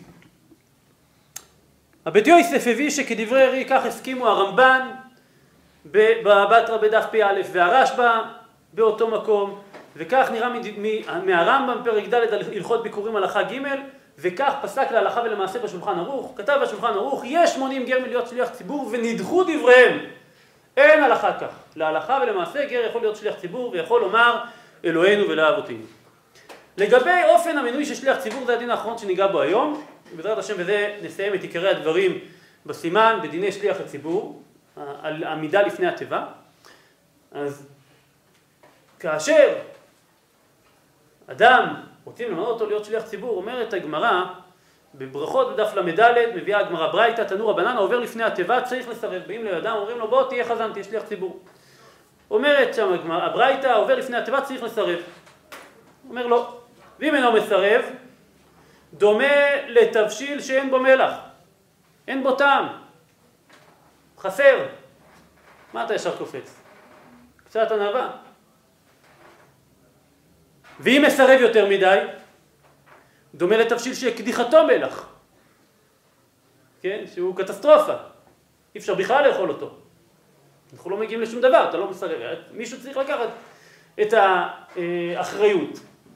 הבית יוסף הביא שכדברי רי כך הסכימו הרמב"ן בבבא בתרא בדף פ"א והרשב"א באותו מקום, וכך נראה מהרמב"ם פרק ד' הלכות ביקורים הלכה ג', וכך פסק להלכה ולמעשה בשולחן ערוך. כתב בשולחן ערוך יש שמונים גר מלהיות שליח ציבור ונדחו דבריהם. אין הלכה כך. להלכה ולמעשה גר יכול להיות שליח ציבור ויכול לומר אלוהינו ולאבותינו. לגבי אופן המינוי של שליח ציבור זה הדין האחרון שניגע בו היום. בעזרת השם בזה נסיים את עיקרי הדברים בסימן בדיני שליח הציבור, על עמידה לפני התיבה. אז כאשר אדם רוצים למנות אותו להיות שליח ציבור, אומרת הגמרא בברכות בדף למדלת, מביאה הגמרא ברייתא, תנו רבנן העובר לפני התיבה צריך לסרב. באים לאדם אומרים לו בוא תהיה חזן, תהיה שליח ציבור. אומרת שם הברייתא העובר לפני התיבה צריך לסרב. אומר לו, ואם אינו מסרב, דומה לתבשיל שאין בו מלח, אין בו טעם, חסר. מה אתה ישר קופץ? קצת ענווה. ואם מסרב יותר מדי, דומה לתבשיל שקדיחתו מלח, כן? שהוא קטסטרופה, אי אפשר בכלל לאכול אותו. אנחנו לא מגיעים לשום דבר, אתה לא מסרב. מישהו צריך לקחת את האחריות.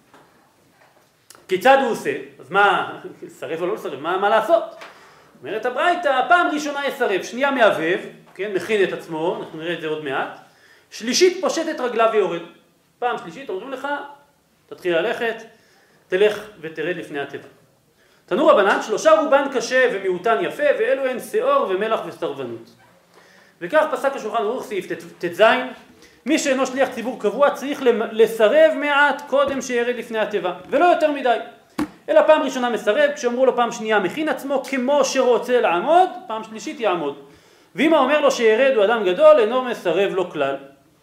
כיצד הוא עושה? אז מה, סרב או לא לסרב? מה, מה לעשות? אומרת הברייתא, פעם ראשונה יסרב, שנייה מעבב, כן? מכין את עצמו, אנחנו נראה את זה עוד מעט. שלישית פושט את רגליו ויורד. פעם שלישית אומרים לך, תתחיל ללכת, תלך ותרד לפני התיבה. תנו רבנן, שלושה רובן קשה ומיעוטן יפה, ואלו הן שיעור ומלח וסרבנות. וכך פסק השולחן ערוך סעיף ט"ז, מי שאינו שליח ציבור קבוע צריך לסרב מעט קודם שירד לפני התיבה, ולא יותר מדי. אלא פעם ראשונה מסרב, כשאמרו לו פעם שנייה מכין עצמו כמו שרוצה לעמוד, פעם שלישית יעמוד. ואם האומר לו שירד הוא אדם גדול, אינו מסרב לו כלל.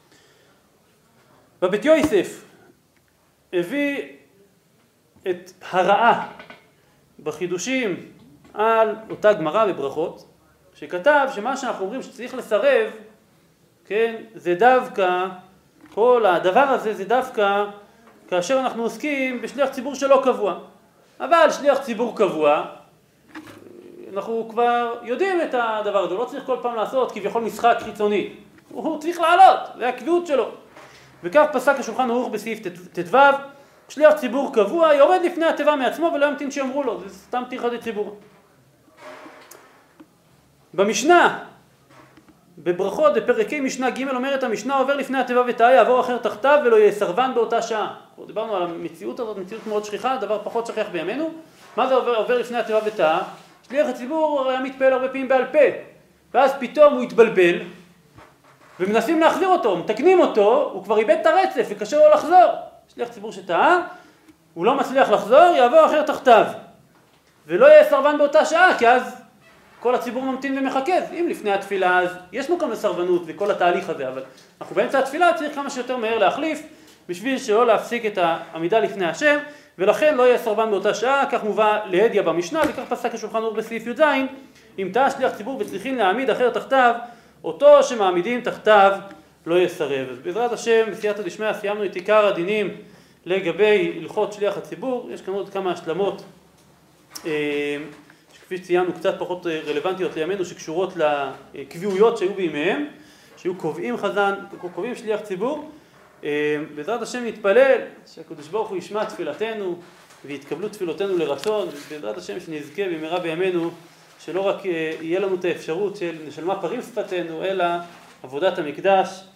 בבית יוסף הביא את הרעה בחידושים על אותה גמרא בברכות, שכתב שמה שאנחנו אומרים שצריך לסרב, כן, זה דווקא, כל הדבר הזה זה דווקא כאשר אנחנו עוסקים בשליח ציבור שלא קבוע. אבל שליח ציבור קבוע, אנחנו כבר יודעים את הדבר הזה, לא צריך כל פעם לעשות כביכול משחק חיצוני. הוא צריך לעלות, זה הקביעות שלו. וכך פסק השולחן ערוך בסעיף ט"ו, שליח ציבור קבוע יורד לפני התיבה מעצמו ולא ימתין שאמרו לו, זה סתם טרחת ציבור. במשנה, בברכות, בפרקי משנה ג' אומרת המשנה עובר לפני התיבה ותאה יעבור אחר תחתיו ולא יהיה סרבן באותה שעה. דיברנו על המציאות הזאת, מציאות מאוד שכיחה, דבר פחות שכיח בימינו. מה זה עובר, עובר לפני התיבה ותאה? שליח הציבור היה מתפעל הרבה פעמים בעל פה, ואז פתאום הוא התבלבל, ומנסים להחזיר אותו, מתקנים אותו, הוא כבר איבד את הרצף וקשה לו לחזור. שליח ציבור שטעה, הוא לא מצליח לחזור, יעבור אחר תחתיו. ולא יהיה סרבן באותה שעה, כי אז כל הציבור ממתין ומחכה. אם לפני התפילה אז יש מקום לסרבנות וכל התהליך הזה, אבל אנחנו באמצע התפילה צריך כמה שיותר מהר להחליף, בשביל שלא להפסיק את העמידה לפני השם, ולכן לא יהיה סרבן באותה שעה. כך מובא להדיא במשנה, וכך פסק השולחן ערוך בסעיף י"ז, אם טעה שליח ציבור וצריכים להעמיד אחר תחתיו, אותו שמעמידים תחתיו לא יסרב. אז בעזרת השם, בסייעתא דשמיא, סיימנו את עיקר הדינים לגבי הלכות שליח הציבור. יש כאן עוד כמה השלמות, שכפי שציינו קצת פחות רלוונטיות לימינו, שקשורות לקביעויות שהיו בימיהם, שהיו קובעים חזן, קובעים שליח ציבור. בעזרת השם נתפלל שהקדוש ברוך הוא ישמע תפילתנו ויתקבלו תפילותינו לרצון, ובעזרת השם שנזכה במהרה בימינו שלא רק יהיה לנו את האפשרות של נשלמה פרים שפתנו, אלא עבודת המקדש